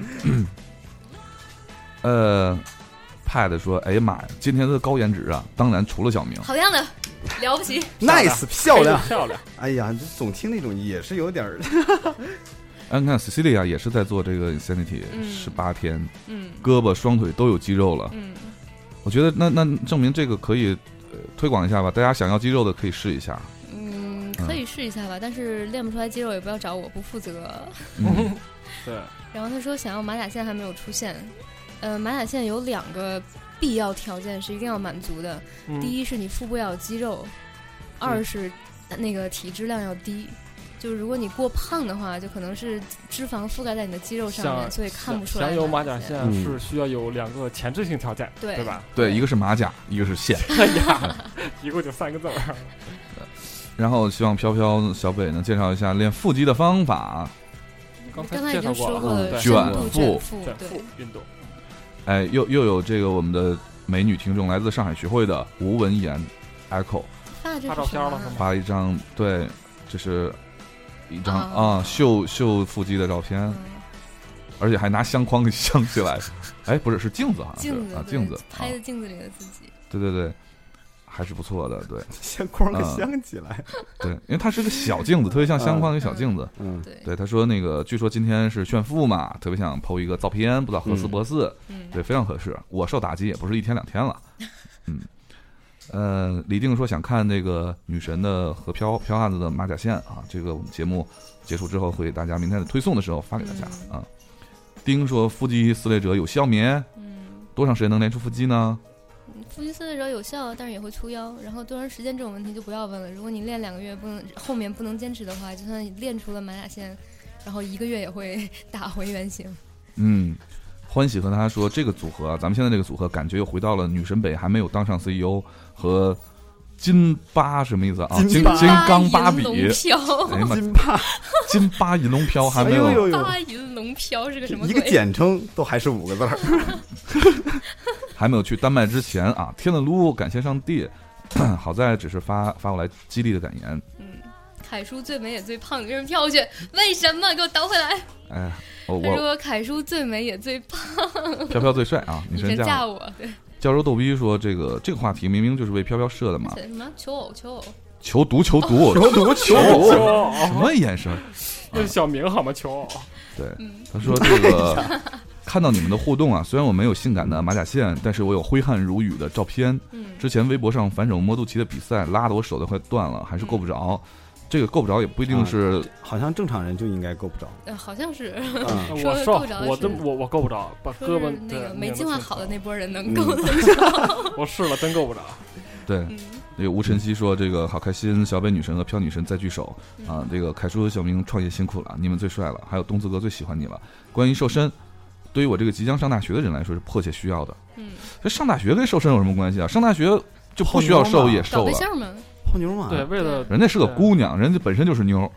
呃 ，Pad 说：“哎呀妈呀，今天的高颜值啊，当然除了小明。” 好样的，了不起 ，nice 漂亮漂亮。 哎呀，总听那种也是有点儿。 哎，你看 Cecilia 也是在做这个 Insanity 十八天， 嗯， 胳膊双腿都有肌肉了， 嗯， 我觉得那那证明这个可以、呃、推广一下吧，大家想要肌肉的可以试一下， 嗯，可以试一下吧，但是练不出来肌肉也不要找我，不负责。 嗯， 对。 然后他说想要马甲线还没有出现，呃，马甲线有两个必要条件是一定要满足的， 嗯、 第一是你腹部要有肌肉，二是那个体脂量要低。就如果你过胖的话，就可能是脂肪覆盖在你的肌肉上面，所以看不出来。 想有马甲线是需要有两个前置性条件， 对、 嗯、对吧？ 对，一个是马甲，一个是线。 哎呀，一共就三个字儿。 然后希望飘飘小北能介绍一下练腹肌的方法。 刚才刚才已经说过了， 卷腹卷腹运动。 哎，又又有这个我们的美女听众来自上海学会的吴文言 Echo 发照片了， 发一张，对，这是。一张啊、 哦、 秀秀腹肌的照片、嗯，而且还拿相框给镶起来。哎，不是，是镜子，好像是镜子啊，镜子拍的镜子里的自己。 对对对，还是不错的。对， 相框给镶起来、 嗯。对，因为它是个小镜子，特别像相框一个小镜子。 嗯， 对。 对，他说那个，据说今天是炫富嘛，特别想 po 一个照片，不知道合适不合适。 嗯， 对，非常合适。我受打击也不是一天两天了。嗯。呃，李定说想看那个女神的和飘飘汉子的马甲线啊，这个我们节目结束之后会给大家明天的推送的时候发给大家、嗯、啊。丁说腹肌撕裂者有效没？嗯，多长时间能练出腹肌呢？ 腹肌撕裂者有效，但是也会出腰。然后多长时间这种问题就不要问了。如果你练两个月不能，后面不能坚持的话，就算你练出了马甲线，然后一个月也会打回原形。 嗯。欢喜和他说，这个组合啊，咱们现在这个组合感觉又回到了女神北还没有当上 C E O 和金巴什么意思啊？金金金刚芭比， 哎呀妈， 金巴金巴银龙飘还没有， 哎、呦呦金巴银龙飘是个什么鬼？ 一个简称都还是五个字儿， 还没有去丹麦之前啊，天了噜，感谢上帝，好在只是发发过来激励的感言。 嗯，凯叔最美也最胖，你跟人飘去，为什么？给我倒回来！ 哎。我他说凯叔最美也最胖， 飘飘最帅啊！女神嫁我。对， 教授逗逼说这个这个话题明明就是为飘飘设的嘛。 什么求偶求偶求毒求毒求毒求偶什么眼神？ 那是小明好吗？求偶。 对，他说这个看到你们的互动啊，虽然我没有性感的马甲线，但是我有挥汗如雨的照片。 嗯， 之前微博上反手摸肚脐的比赛，拉得我手都快断了，还是够不着。这个够不着也不一定是、 啊，好像正常人就应该够不着。 呃，好像是。 嗯、 说我说够着我真我我够不着，把胳膊那个没进化好的那波人能嗯够得着。 我试了，真够不着。 对，那个吴晨曦说这个好开心，小北女神和飘女神再聚首啊！这个凯叔和小明创业辛苦了，你们最帅了，还有东子哥最喜欢你了。关于瘦身，对于我这个即将上大学的人来说是迫切需要的。 嗯， 这上大学跟瘦身有什么关系啊？上大学就不需要瘦也瘦了。 搞对象吗？ 泡妞嘛， 对，为了人家是个姑娘，人家本身就是妞。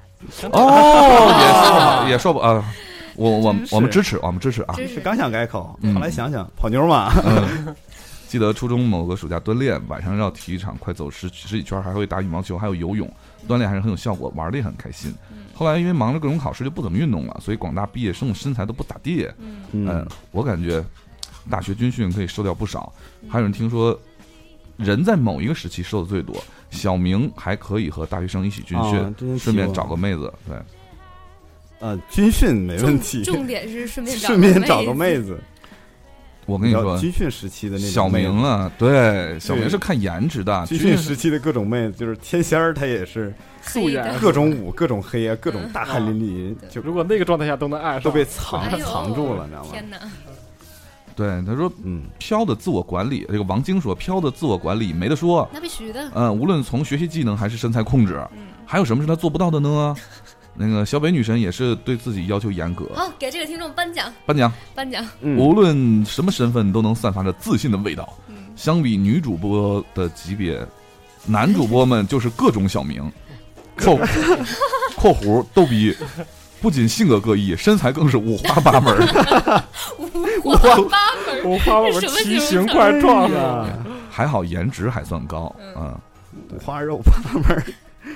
哦，也是也说不啊，我我我们支持，我们支持啊。 是刚想改口，后来想想泡妞嘛。 记得初中某个暑假锻炼，晚上绕体育场快走十十几圈，还会打羽毛球，还有游泳，锻炼还是很有效果，玩的也很开心。后来因为忙着各种考试，就不怎么运动了，所以广大毕业生身材都不咋地。 嗯嗯，我感觉大学军训可以瘦掉不少。还有人听说，人在某一个时期瘦的最多，小明还可以和大学生一起军训， 啊之前提过顺便找个妹子。对， 呃，军训没问题， 重点是顺便顺便找个妹妹子。 我跟你说， 军训时期的那种小明啊，对，小明是看颜值的。 军训时期的各种妹子，就是天仙儿，她也是素颜各种舞、各种黑啊，各种大汗淋漓，就如果那个状态下都能爱上， 都被藏哎呦藏住了，你知道吗？ 天哪！ 对，他说， 嗯， 飘的自我管理，这个王晶说，飘的自我管理没得说。 那必须的。 嗯，无论从学习技能还是身材控制， 嗯， 还有什么是他做不到的呢？那个小北女神也是对自己要求严格。 好，给这个听众颁奖， 颁奖， 颁奖。 嗯无论什么身份都能散发着自信的味道。 嗯， 相比女主播的级别，男主播们就是各种小明（括括弧逗逼），不仅性格各异，身材更是五花八门。 五花八门， 五花八门， 什么奇形形容怪状哎啊！ 呀， 还好颜值还算高。嗯， 五花肉八门儿。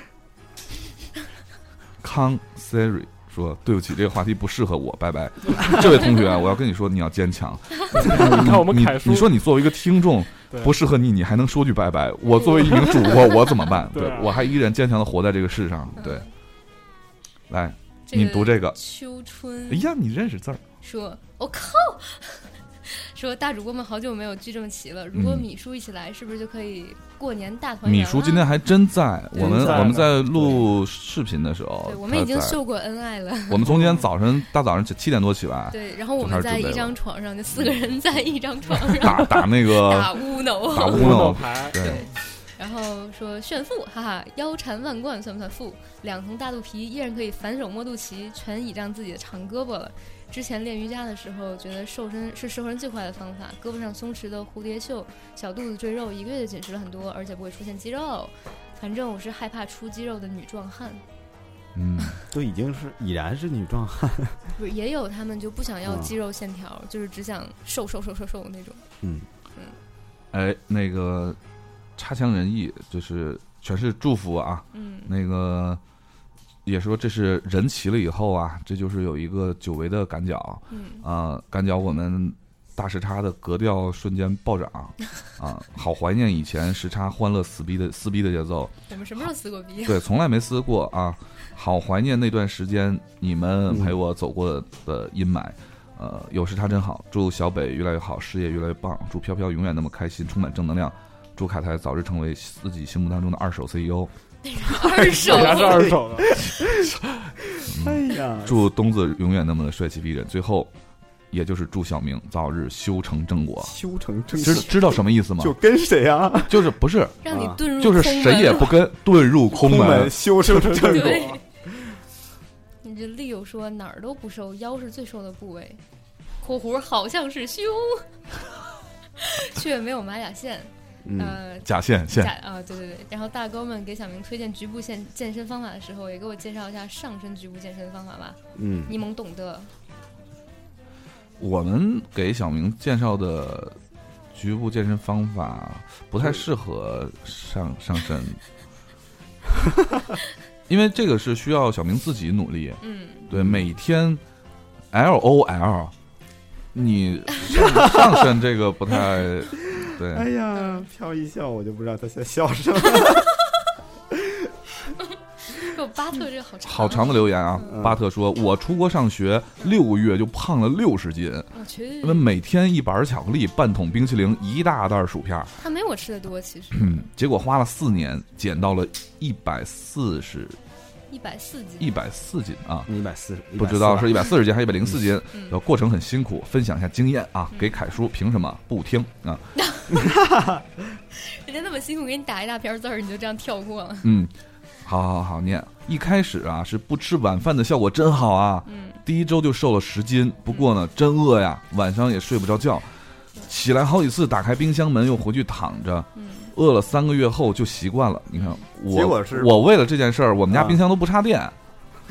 康 Siri 说：“对不起，这个话题不适合我，拜拜。”这位同学啊，我要跟你说，你要坚强。 你看我们你凯叔， 你说你作为一个听众对不适合你，你还能说句拜拜？我作为一名主播，我怎么办？ 对啊我还依然坚强的活在这个世上。对，来， 这个你读这个。 秋春， 哎呀，你认识字儿？ 说，我、靠，说大主播们好久没有聚这么齐了，如果嗯米叔一起来，是不是就可以过年大团圆米了？ 叔今天还真在， 对我们在呢我们在录视频的时候对，，我们已经他在秀过恩爱了。 我们从今天早晨大早上七点多起来， 对，然后我们在一张床上，就四个人在一张床上打打那个打乌နို， 打乌乌弄， 牌， 对， 然后说炫富，哈哈，腰缠万贯算不算富？两层大肚皮依然可以反手摸肚脐，全倚仗自己的长胳膊了。之前练瑜伽的时候，觉得瘦身是瘦身最快的方法，胳膊上松弛的蝴蝶袖，小肚子赘肉，一个月就紧实了很多，而且不会出现肌肉。反正我是害怕出肌肉的女壮汉。 嗯， 都已经是已然是女壮汉。 不是，也有他们就不想要嗯肌肉线条，就是只想瘦瘦瘦瘦瘦那种。 嗯， 哎，那个差强人意，就是全是祝福啊。 嗯， 那个也说这是人齐了以后啊，这就是有一个久违的赶脚， 嗯啊、赶脚我们大时差的格调瞬间暴涨，啊，好怀念以前时差欢乐撕逼的撕逼的节奏， 我们什么时候撕过逼啊？ 对，从来没撕过啊，好怀念那段时间你们陪我走过的阴霾。呃，有时差真好，祝小北越来越好，事业越来越棒，祝飘飘永远那么开心，充满正能量，祝凯台早日成为自己心目当中的二手 C E O。 二手果然是二手的。 哎呀， 祝东子永远那么的帅气逼人。最后，也就是祝小明早日修成正果。 修成正知知道什么意思吗？ 就跟谁啊？ 就是不是， 让你遁入就是空门谁也不跟，遁入空空门门。修成正对果。 你这利友说哪儿都不瘦，腰是最瘦的部位（括弧好像是胸），却没有马甲线。 嗯， 呃， 甲线线甲啊，对对对。然后大哥们给小明推荐局部健健身方法的时候，也给我介绍一下上身局部健身方法吧。 嗯， 你们懂得。 我们给小明介绍的局部健身方法不太适合上上身，因为这个是需要小明自己努力。 嗯， 对，每天 L O L， 你上上身这个不太对。 哎呀，飘一笑，我就不知道他在笑什么。 给我巴特这个好长， 好长的留言啊！ 嗯巴特说：“我出国上学六个月就胖了六十斤， 我去因为，每天一板巧克力、半桶冰淇淋、一大袋薯片， 他没我吃的多，其实嗯，结果花了四年减到了一百四十一百四斤， 一百四斤啊！ 一百四十， 不知道是一百四十斤还是一百零四斤， 嗯然后过程很辛苦，分享一下经验啊，给凯叔凭什么不听啊？ 人家那么辛苦给你打一大篇字儿，你就这样跳过了。 嗯，好好好念。一开始啊是不吃晚饭的效果真好啊， 嗯， 第一周就瘦了十斤，不过呢真饿呀，晚上也睡不着觉，起来好几次打开冰箱门又回去躺着， 嗯饿了三个月后就习惯了。你看我， 结果是我为了这件事儿，我们家啊冰箱都不插电。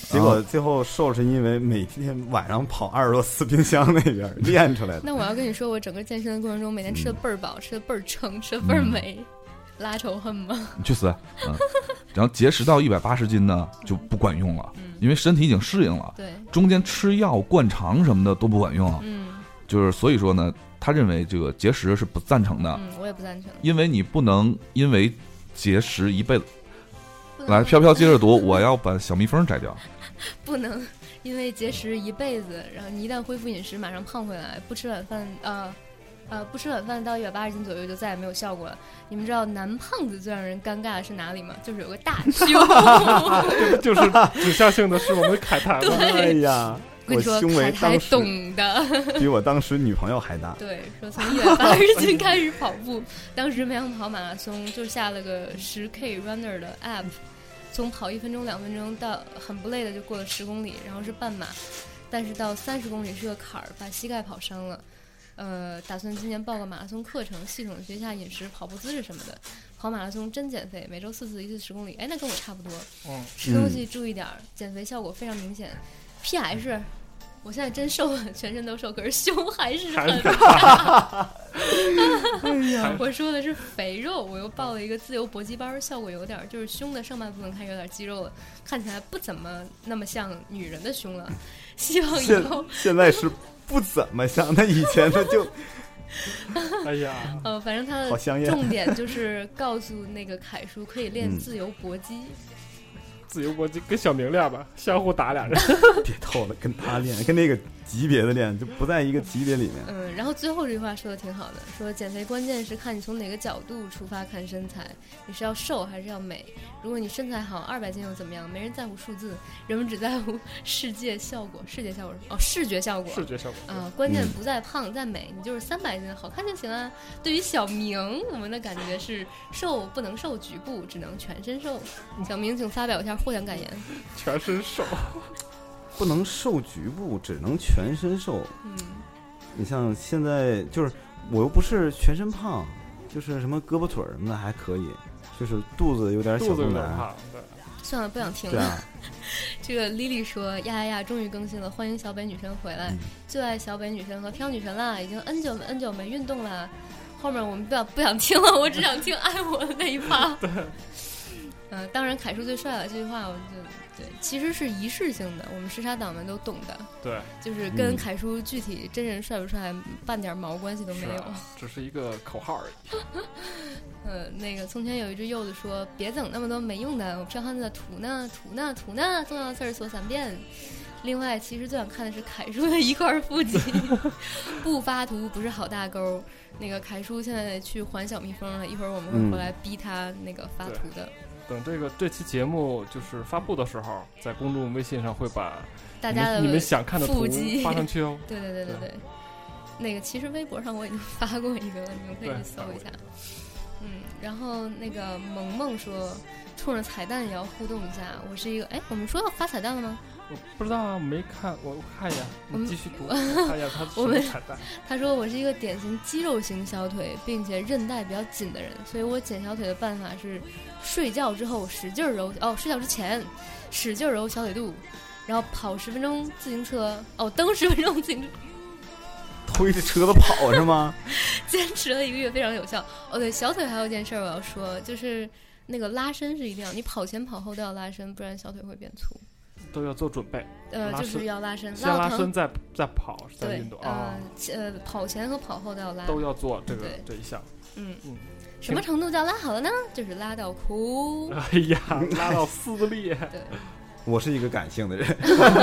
结果最后瘦是因为每天晚上跑阿尔洛斯冰箱那边练出来的。 那我要跟你说，我整个健身的过程中，每天吃的倍儿饱，吃的倍儿撑，吃的倍儿美，拉仇恨吗？ 你去死！嗯，然后节食到一百八十斤呢就不管用了， 嗯、 因为身体已经适应了。 对， 中间吃药灌肠什么的都不管用。 嗯，就是所以说呢，他认为这个节食是不赞成的。 嗯，我也不赞成， 因为你不能因为节食一辈子。来，飘飘接着读，我要把小蜜蜂摘掉。 不能因为节食一辈子，然后你一旦恢复饮食，马上胖回来，不吃晚饭，呃，呃，不吃晚饭到一百八十斤左右就再也没有效果了。你们知道男胖子最让人尴尬的是哪里吗？就是有个大胸。 这不就是指向性的是我们凯台吗？ 哎呀， 我跟你说，凯台懂的， 比我当时女朋友还大。 对，说从一百八十斤开始跑步，当时没想跑马拉松，就下了个十 K Runner 的 app。从跑一分钟两分钟到很不累的就过了十公里，然后是半马，但是到三十公里是个坎儿，把膝盖跑伤了。呃，打算今年报个马拉松课程，系统学一下饮食、跑步姿势什么的。跑马拉松真减肥，每周四次，一次十公里，哎，那跟我差不多。 嗯， 吃东西注意点，减肥效果非常明显。P S， 我现在真瘦了，全身都瘦，可是胸还是很大。哎呀，我说的是肥肉，我又报了一个自由搏击班，效果有点，就是胸的上半部分开始有点肌肉了，看起来不怎么那么像女人的胸了。希望以后现, 现在是不怎么像，那以前的就。 哎呀， 呃，反正他的重点就是告诉那个凯叔可以练自由搏击。嗯， 自由搏击跟小明练吧，相互打俩人。 别透了，跟他练，跟那个级别的练，就不在一个级别里面。 嗯，然后最后这句话说的挺好的，说减肥关键是看你从哪个角度出发看身材，你是要瘦还是要美？如果你身材好，二百斤又怎么样？没人在乎数字，人们只在乎世界效果。世界效果哦，视觉效果。 视觉效果啊、呃，关键不在胖，在美。你就是三百斤，好看就行啊。对于小明，我们的感觉是瘦不能瘦局部，只能全身瘦。小明，请发表一下获奖感言。 全身瘦， 不能瘦局部，只能全身瘦。 嗯， 你像现在就是我又不是全身胖，就是什么胳膊腿什么的还可以，就是肚子有点小肚腩。 算了，不想听了。 对啊， 这个 Lily 说呀呀呀，终于更新了，欢迎小北女神回来，嗯、最爱小北女神和飘女神啦，已经 N 久 N 久没运动了。后面我们不想不想听了，我只想听爱我的那一趴。 对。 呃，当然凯叔最帅了，这句话我就对，其实是仪式性的，我们时差党们都懂的。 对， 就是跟凯叔具体真人帅不帅半点毛关系都没有， 啊、只是一个口号而已。 呃，那个从前有一只柚子说：“别整那么多没用的，我彪悍的吐呢吐呢吐呢，重要的事儿说三遍。”另外，其实最想看的是凯叔的一块腹肌，不发图不是好大钩。那个凯叔现在去还小蜜蜂了，一会儿我们会回来逼他那个发图的。 嗯，等这个这期节目就是发布的时候，在公众微信上会把大家的你们想看的图发上去哦。 对对对对 对, 对，那个其实微博上我已经发过一个了，你们可以去搜一下。嗯，然后那个萌萌说，冲着彩蛋也要互动一下。我是一个，哎，我们说要发彩蛋了吗？ 我不知道啊，没看，我看一眼，你继续读，看一下他我们彩蛋。 他说我是一个典型肌肉型小腿，并且韧带比较紧的人，所以我减小腿的办法是睡觉之后使劲揉，哦，睡觉之前使劲揉小腿肚，然后跑十分钟自行车，哦，蹬十分钟自行车。 推着车子跑是吗？ 坚持了一个月，非常有效。哦，对，小腿还有一件事我要说，就是那个拉伸是一定要，你跑前跑后都要拉伸，不然小腿会变粗。 都要做准备。 呃，就是要拉伸， 先拉伸再再跑，再运动啊。呃，跑前和跑后都要拉， 都要做这个这一项。 嗯嗯。什么程度叫拉好了呢？就是拉到哭。 哎呀，拉到撕裂。 对。 我是一个感性的人。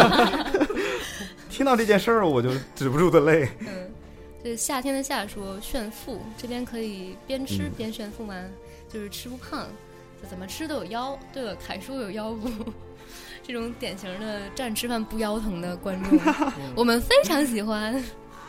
听到这件事儿，我就止不住的泪。 嗯，这夏天的夏说炫富，这边可以边吃边炫富吗？嗯、就是吃不胖，怎么吃都有腰。对了，凯叔有腰部，这种典型的站吃饭不腰疼的观众，我们非常喜欢。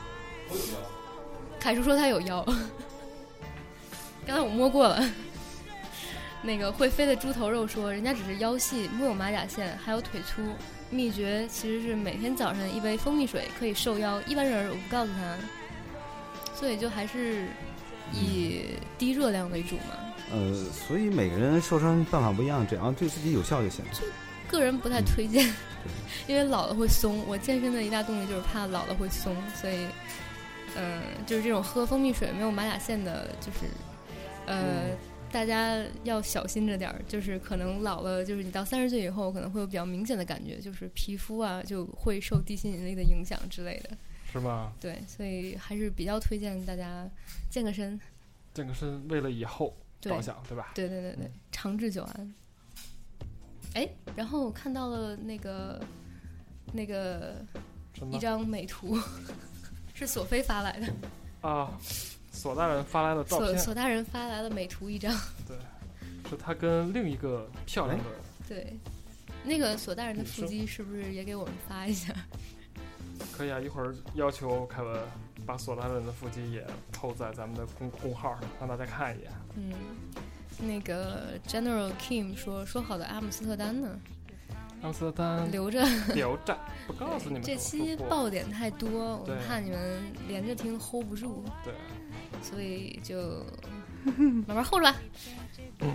凯叔说他有腰，刚才我摸过了。那个会飞的猪头肉说，人家只是腰细，木有马甲线，还有腿粗。秘诀其实是每天早上一杯蜂蜜水可以瘦腰，一般人我不告诉他，所以就还是以低热量为主嘛。 呃，所以每个人瘦身办法不一样，只要对自己有效就行。 就个人不太推荐，因为老了会松。我健身的一大动力就是怕老了会松，所以，嗯、呃，就是这种喝蜂蜜水没有马甲线的，就是，呃。嗯大家要小心着点儿，就是可能老了，就是你到三十岁以后，可能会有比较明显的感觉，就是皮肤啊就会受地心引力的影响之类的， 是吧？ 对，所以还是比较推荐大家健个身， 健个身为了以后着想，对吧？ 对对对对，长治久安。哎，然后我看到了那个那个一张美图，是索菲发来的啊。索大人发来的照片， 索索大人发来了美图一张， 对，是他跟另一个漂亮的， 对，那个索大人的腹肌是不是也给我们发一下？ 可以啊，一会儿要求凯文把索大人的腹肌也抛在咱们的公公号上，让大家看一眼。 嗯，那个 General Kim 说说好的阿姆斯特丹呢？ 阿姆斯特丹留着， 留着，不告诉你们。 这期爆点太多，我们怕你们连着听 hold 不住。 对。 所以就慢慢hold着吧。 嗯。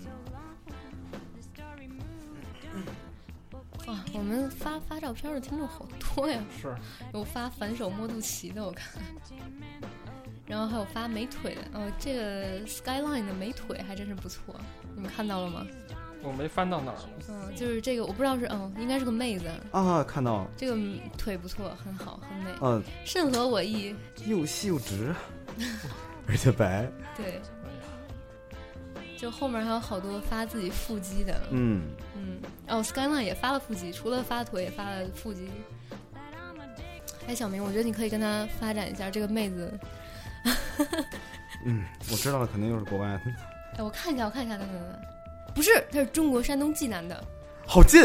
哇，我们发发照片的听众好多呀！ 是。 有发反手摸肚脐的，我看。然后还有发美腿的，哦，这个 Skyline 的美腿还真是不错，你们看到了吗？ 我没翻到哪儿。 嗯，就是这个，我不知道是，嗯，应该是个妹子啊，看到了。 这个腿不错，很好，很美。 嗯， 甚合我意。 又细又直，而且白。 对。就后面还有好多发自己腹肌的。 嗯嗯。哦 ，Skyline 也发了腹肌，除了发腿，也发了腹肌。哎，小明，我觉得你可以跟他发展一下这个妹子。 嗯，我知道了，肯定又是国外的。 哎，我看一下，我看一下，等等等。不是，他是中国山东济南的， 好近，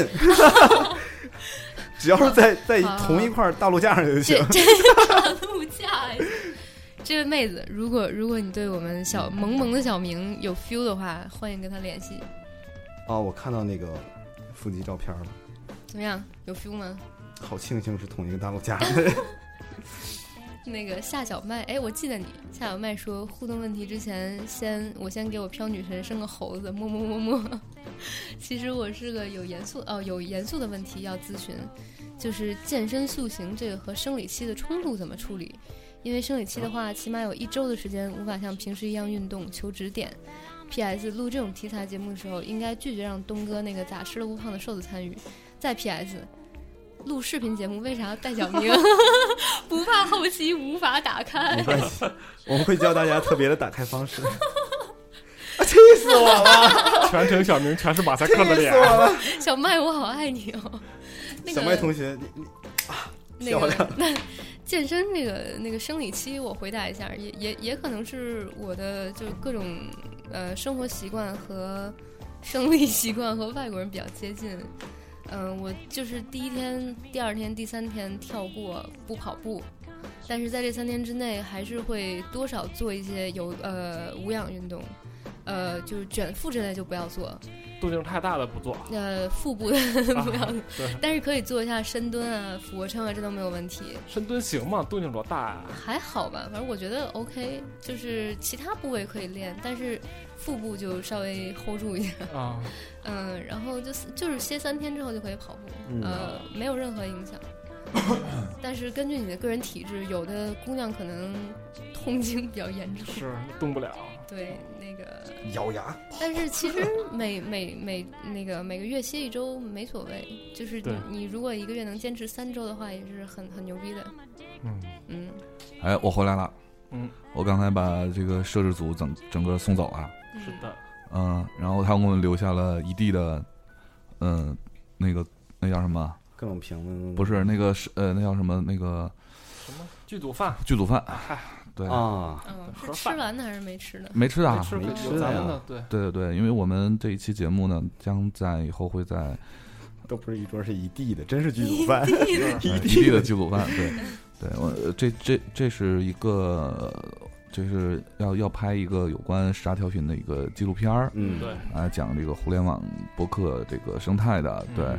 只要是在在同一块大陆架上就行。 这这大陆架，这位妹子，如果如果你对我们小萌萌的小明有 feel 的话，欢迎跟他联系。 哦，我看到那个腹肌照片了， 怎么样？有 feel 吗？ 好庆幸是同一个大陆架的。 那个夏小麦，哎，我记得你。夏小麦说，互动问题之前，先我先给我飘女神生个猴子，么么么么。其实我是个有严肃哦，有严肃的问题要咨询，就是健身塑形这个和生理期的冲突怎么处理？因为生理期的话，起码有一周的时间无法像平时一样运动，求指点。P S 录这种题材节目的时候，应该拒绝让东哥那个咋吃了不胖的瘦子参与。再 P S。录视频节目为啥要带小明？不怕后期无法打开？ 没关系，我们会教大家特别的打开方式。气死我了！ 全程小明全是马赛克的脸。 气死我了！ 小麦，我好爱你哦。那个、 小麦同学，你你啊， 漂亮。那个、健身那个那个生理期，我回答一下，也也也可能是我的就各种呃生活习惯和生理习惯和外国人比较接近。嗯、呃，我就是第一天、第二天、第三天跳过不跑步，但是在这三天之内还是会多少做一些有呃无氧运动，呃，就是卷腹之类就不要做， 动静太大的不做， 呃，腹部的不要做、 啊，对， 但是可以做一下深蹲啊、俯卧撑啊，这都没有问题。 深蹲行吗？动静多大啊？ 还好吧，反正我觉得 OK， 就是其他部位可以练，但是腹部就稍微 hold 住一下啊。 嗯，然后就是就是歇三天之后就可以跑步， 嗯、 呃，没有任何影响。但是根据你的个人体质，有的姑娘可能痛经比较严重， 是动不了。 对，那个咬牙。 但是其实每每每那个每个月歇一周没所谓，就是你你如果一个月能坚持三周的话，也是很很牛逼的。 嗯嗯。 哎，我回来了。 嗯， 我刚才把这个摄制组整整个送走了。 是的。 嗯，然后他给我们留下了一地的，嗯，那个那叫什么？ 各种评论。 不是那个是呃，那叫什么？那个什么剧组饭？ 剧组饭。 嗨， 对啊。嗯，是吃完的还是没吃的？ 没吃的， 没吃没吃的呀。 对对对对，因为我们这一期节目呢，将在以后会在， 都不是一桌，是一地的，真是剧组饭， 一地的剧组饭。对对，我这这这是一个。就是要要拍一个有关时差调频的一个纪录片儿， 嗯， 对， 啊，讲这个互联网播客这个生态的，对， 嗯、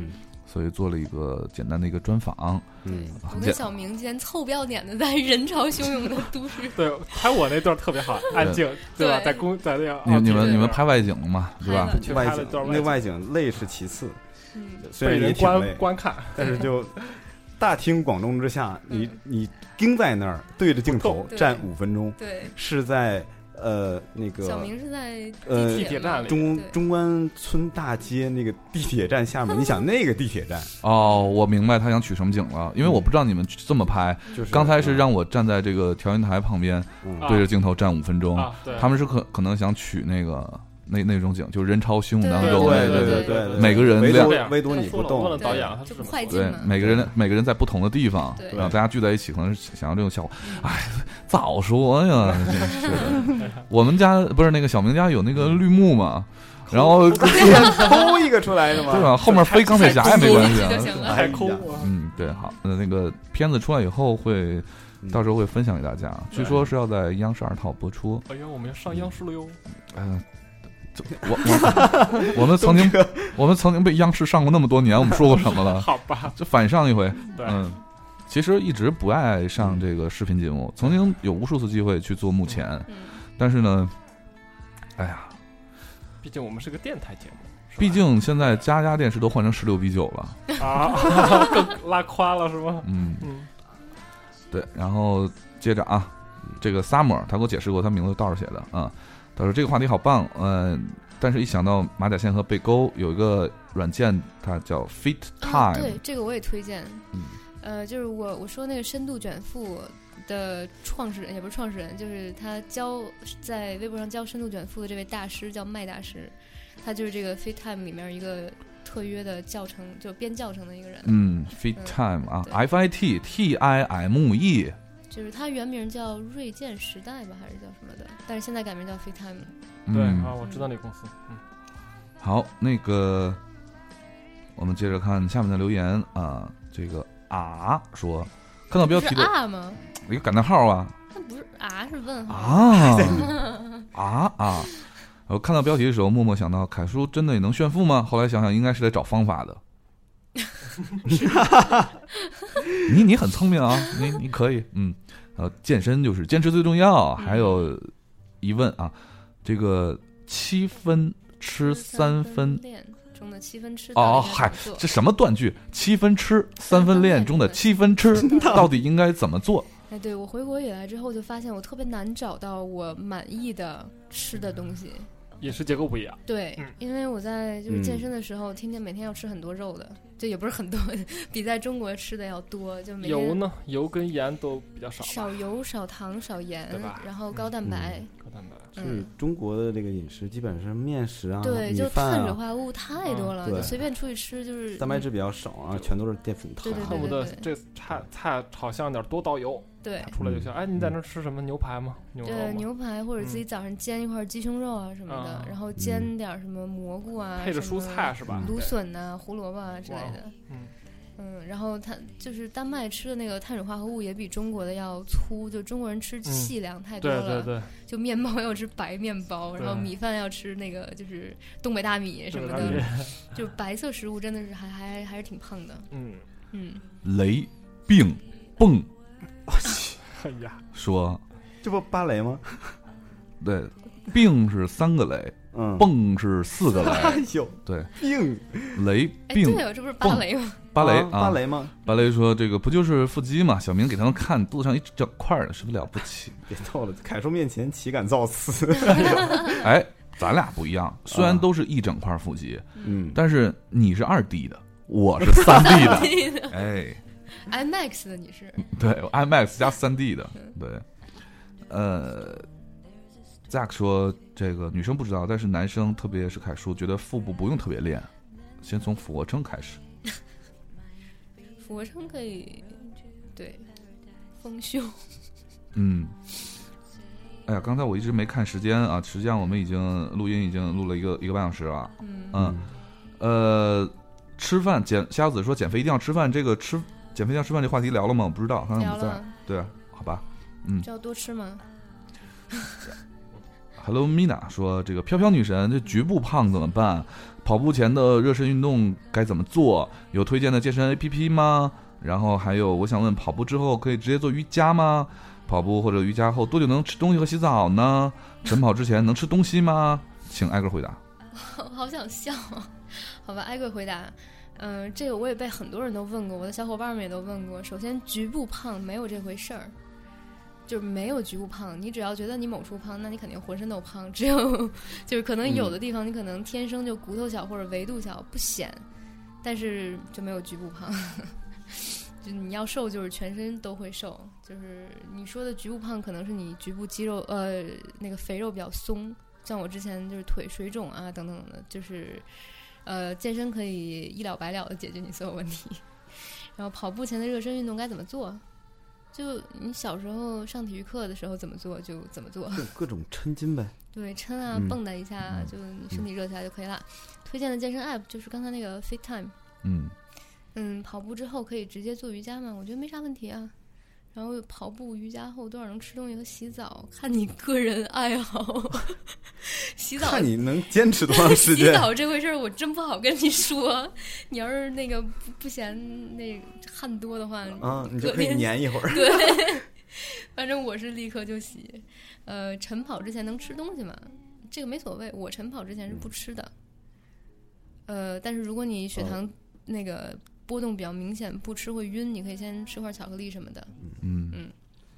所以做了一个简单的一个专访。 嗯， 我跟小明今天臭不要脸的在人潮汹涌的都市， 对，拍我那段特别好，安静，对吧？ 对在公在那个你你们对你们拍外景了吗？对吧拍？了去外景拍了段那外景累是其次， 嗯， 虽然也被人观挺累， 观看， 但是就大庭广众之下，你你盯在那儿对着镜头对站五分钟， 对， 是在呃那个小明是在呃地铁站里中对中关村大街那个地铁站下面，你想那个地铁站哦，我明白他想取什么景了，因为我不知道你们这么拍。 就是刚才是让我站在这个调音台旁边， 嗯啊对着镜头站五分钟。 啊，对， 他们是可可能想取那个那那种景，就是人潮汹涌当对中， 对对对对对， 每个人唯亮独唯独你不问动了，导演他是就这么说对快进嘛， 每个人每个人在不同的地方， 对然后大家聚在一起，可能是想要这种效果。哎，早说呀，真是的。我们家不是那个小明家有那个绿幕嘛，然后偷一个出来是吗？ 对吧？后面飞钢铁侠也没关系啊就。行了。 太抠哎呀啊， 嗯，对，好，那那个片子出来以后会，到时候会分享给大家。据说是要在央视二套播出。 哎呀，我们要上央视了哟， 嗯、这我我我们曾经我们曾经被央视上过那么多年，我们说过什么了？ 好吧， 就反上一回。 对， 嗯，其实一直不爱上这个视频节目，曾经有无数次机会去做幕前， 嗯， 但是呢，哎呀， 毕竟我们是个电台节目，是吧毕竟现在家家电视都换成十六比九了。 啊，更拉胯了是吗？ 嗯， 嗯， 对，然后接着啊，这个 Summer 他给我解释过，他名字倒着写的啊。他说这个话题好棒，嗯、呃，但是一想到马甲线和背钩，有一个软件，它叫 Fit 啊， Time，、 对，这个我也推荐。 嗯， 呃，就是我我说那个深度卷腹的创始人，也不是创始人，就是他教在微博上教深度卷腹的这位大师叫麦大师，他就是这个 Fit Time 里面一个特约的教程，就编教程的一个人。 嗯，Fit Time 啊对 ，F I T T I M E， 就是他原名叫锐剑时代吧，还是叫什么的？但是现在改名叫 Fit Time 了。 对嗯啊，我知道那个公司，嗯， 好，那个我们接着看下面的留言啊，这个啊说看到标题是的啊吗？ 一个感叹号啊那不是啊，是问号。 啊啊啊！我看到标题的时候，默默想到凯叔真的也能炫富吗？后来想想，应该是得找方法的。你你很聪明啊，你你可以，嗯，呃，健身就是坚持最重要。还有疑问啊，这个七分吃三分练中的七分吃哦， 到底应该嗨怎么做， 这什么断句？七分吃三分练中的七分吃，到底应该怎么做？ 哎，对，我回国以来之后就发现我特别难找到我满意的吃的东西。 饮食结构不一样， 对， 嗯因为我在就是健身的时候，天天每天要吃很多肉的，就也不是很多，比在中国吃的要多，就每天油呢，油跟盐都比较少吧， 少油、少糖、少盐对吧， 然后高蛋白。 高蛋白， 所以嗯， 中国的这个饮食基本是面食啊、 对，就米饭碳水啊， 化合物太多了， 嗯对就随便出去吃就是蛋白质比较少啊，全都是淀粉糖。 对对恨不得对这菜菜炒香点，多倒油， 对它出来就行。哎，你在那吃什么牛排吗？牛肉对吗？ 牛排或者自己嗯早上煎一块鸡胸肉啊什么的， 啊然后煎点什么蘑菇啊， 配着蔬什么菜是吧？ 芦笋呐、胡萝卜啊之类的。 嗯嗯，然后它就是丹麦吃的那个碳水化合物也比中国的要粗，就中国人吃细粮太多对了， 对对， 就面包要吃白面包，然后对米饭要吃那个就是东北大米什么的， 东北大米就白色食物真的是还还还是挺胖的。 嗯， 嗯， 雷病蹦哎呀， 说， 这不芭蕾吗？ 对，病是三个雷， 嗯， 蹦是四个哎雷， 呦， 对， 病雷哎， 病对哦，这不是芭蕾吗？ 芭蕾啊芭蕾吗？ 芭蕾说这个不就是腹肌嘛？小明给他们看，肚子上一整块的，是不是了不起？ 别逗了，凯叔面前岂敢造次？ 哎，咱俩不一样，虽然都是一整块腹肌， 嗯， 但是你是二 D 的，我是三 D 的。哎， IMAX 的你是？ 对 ，IMAX 加三 D 的，对。呃 ，Zack 说这个女生不知道，但是男生，特别是凯叔，觉得腹部不用特别练，先从俯卧撑开始。 俯卧撑可以，对，丰胸。 嗯，哎呀，刚才我一直没看时间啊，实际上我们已经录音已经录了一个一个半小时了。 嗯， 嗯，呃，吃饭减瞎子说减肥一定要吃饭，这个吃减肥一定要吃饭这话题聊了吗？我不知道，刚才不在聊了。， 对，好吧。嗯就要多吃吗？ ，Hello Mina 说这个飘飘女神这局部胖怎么办？ 跑步前的热身运动该怎么做？有推荐的健身 A P P 吗？然后还有，我想问，跑步之后可以直接做瑜伽吗？跑步或者瑜伽后多久能吃东西和洗澡呢？晨跑之前能吃东西吗？请挨个回答。 我好想笑，好吧，挨个回答。嗯、呃，这个我也被很多人都问过，我的小伙伴们也都问过。首先，局部胖没有这回事儿，就是没有局部胖。你只要觉得你某处胖，那你肯定浑身都胖。只有就是可能有的地方你可能天生就骨头小或者维度小不显，但是就没有局部胖。就你要瘦，就是全身都会瘦。就是你说的局部胖，可能是你局部肌肉呃那个肥肉比较松，像我之前就是腿水肿啊等等的，就是呃健身可以一了百了的解决你所有问题。然后跑步前的热身运动该怎么做？就你小时候上体育课的时候怎么做就怎么做， 各种抻筋呗。 对，抻啊， 嗯蹦跶一下， 嗯就你身体热起来就可以了。推荐的健身 app 就是刚才那个 Fit Time。 嗯。 嗯，跑步之后可以直接做瑜伽吗？我觉得没啥问题啊。然后跑步、瑜伽后多少能吃东西和洗澡，看你个人爱好。洗澡看你能坚持多长时间。 洗澡这回事儿我真不好跟你说。你要是那个不不嫌那汗多的话， 啊，你就可以粘一会儿。 对，反正我是立刻就洗。呃，晨跑之前能吃东西吗？这个没所谓，我晨跑之前是不吃的。呃，但是如果你血糖那个波动比较明显，不吃会晕，你可以先吃块巧克力什么的。 嗯嗯。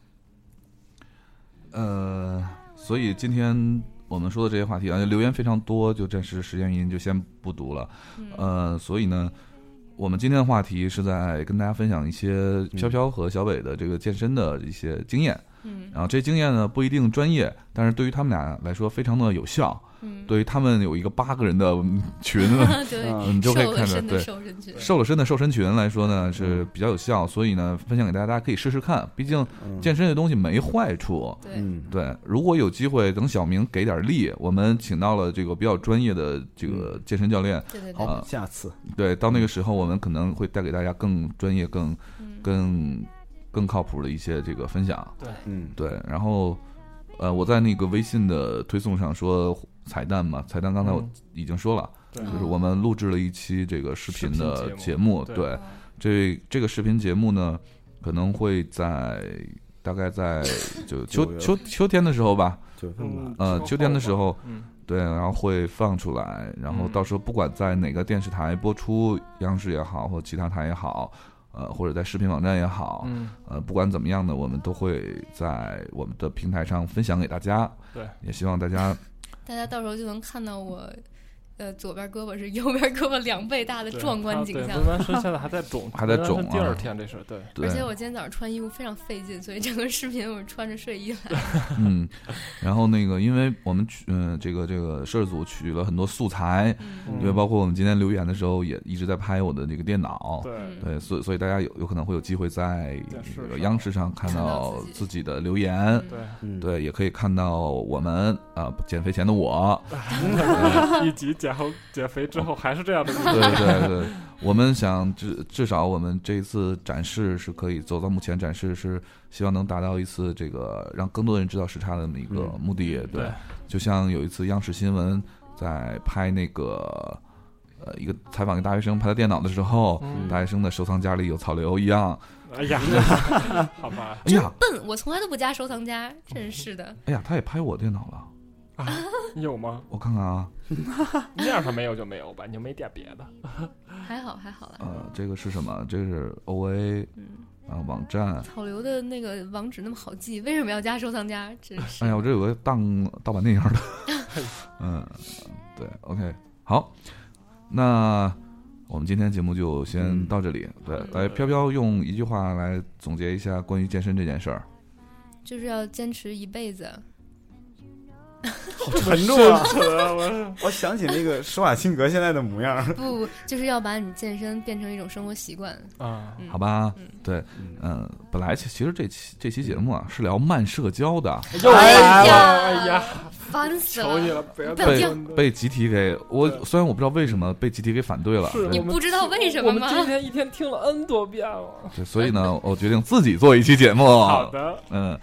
呃，所以今天我们说的这些话题啊，留言非常多，就暂时时间原因就先不读了。 嗯、 呃，所以呢，我们今天的话题是在跟大家分享一些飘飘和小北的这个健身的一些经验。 嗯。 然后这些经验呢不一定专业，但是对于他们俩来说非常的有效。 嗯， 对于他们有一个八个人的群， 对， 你就可以看到，对， 瘦身群， 瘦了身的瘦身群来说呢是比较有效，所以呢分享给大家，大家可以试试看。毕竟健身这东西没坏处， 对对。如果有机会，等小明给点力，我们请到了这个比较专业的这个健身教练， 对对对， 好，下次对，到那个时候我们可能会带给大家更专业、更更更靠谱的一些这个分享。 对， 嗯， 对。然后呃，我在那个微信的推送上说。彩蛋嘛，彩蛋刚才我已经说了， 嗯、 就是我们录制了一期这个视频的节目， 对， 对这这个视频节目呢，可能会在大概在就秋秋秋天的时候吧， 九月份吧， 呃，秋天的时候， 嗯， 对，然后会放出来，然后到时候不管在哪个电视台播出，央视也好，或其他台也好，呃，或者在视频网站也好， 嗯， 呃，不管怎么样呢，我们都会在我们的平台上分享给大家， 对， 也希望大家。 大家到时候就能看到我，呃，左边胳膊是右边胳膊两倍大的壮观景象。 温峦身现在还在肿， 还在肿啊！ 第二天这是对， 对。 而且我今天早上穿衣服非常费劲，所以整个视频我是穿着睡衣来。 嗯，然后那个，因为我们取嗯、呃、这个这个摄制组取了很多素材， 嗯、 因为包括我们今天留言的时候也一直在拍我的这个电脑， 对对，所以所以大家有有可能会有机会在这个央视上看到自己的留言， 对、 嗯、 对，也可以看到我们啊、呃、减肥前的我， 一集减后减肥之后还是这样的， 对对对，我们想至至少我们这一次展示是可以走到目前展示是希望能达到一次这个让更多人知道时差的那么一个目的， 嗯、 对，就像有一次央视新闻在拍那个呃一个采访一个大学生拍他电脑的时候， 嗯、 大学生的收藏夹里有草榴一样。 哎呀，好吧， 哎呀， 笨，我从来都不加收藏夹，真是的。 哎呀，他也拍我电脑了。 啊，你有吗？ 我看看啊， 面上没有就没有吧，你就没点别的。 还好还好了。 呃，这个是什么？这是 O A， 嗯啊，网站。 草榴的那个网址那么好记，为什么要加收藏夹？真是。 哎呀，我这有个当盗版电影的。嗯，对 ，OK， 好，那我们今天节目就先到这里。嗯、对，来飘飘用一句话来总结一下关于健身这件事儿， 就是要坚持一辈子。 好沉重啊！我我想起那个施瓦辛格现在的模样。 不，就是要把你健身变成一种生活习惯啊、 嗯， 好吧？ 嗯、 对，嗯、呃，本来其实这期这期节目啊是聊慢社交的。 又来了，哎呀， 烦死了！ 求你了，不要被被集体给我，虽然我不知道为什么被集体给反对了。 你不知道为什么吗？ 我们今天一天听了 N 多遍了。 对，所以呢，我决定自己做一期节目。 好的， 嗯。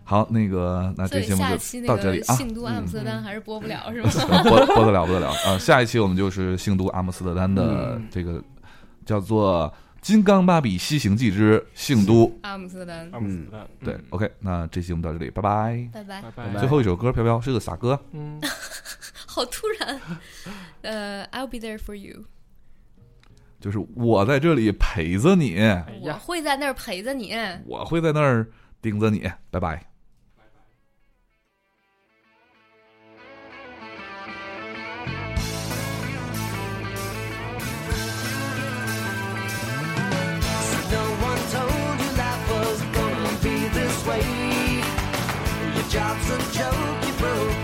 好，那个那所以这节目就下期那个到这里啊。 性都阿姆斯特丹还是播不了是吗？ 播播得了，播得了啊！下一期我们就是性都阿姆斯特丹的这个叫做《金刚芭比西行记之性都阿姆斯特丹， 阿姆斯特丹，》。 对，OK，那这期我们到这里，拜拜。 拜拜拜。拜。 最后一首歌，飘飘是个啥歌？ 嗯， 好突然，呃、uh, ，I'll be there for you， 就是我在这里陪着你， 哎我呀， 会在那儿陪着你。 我会在那儿盯着你，拜拜。 No one told you life was gonna be this way. Your job's a joke, you broke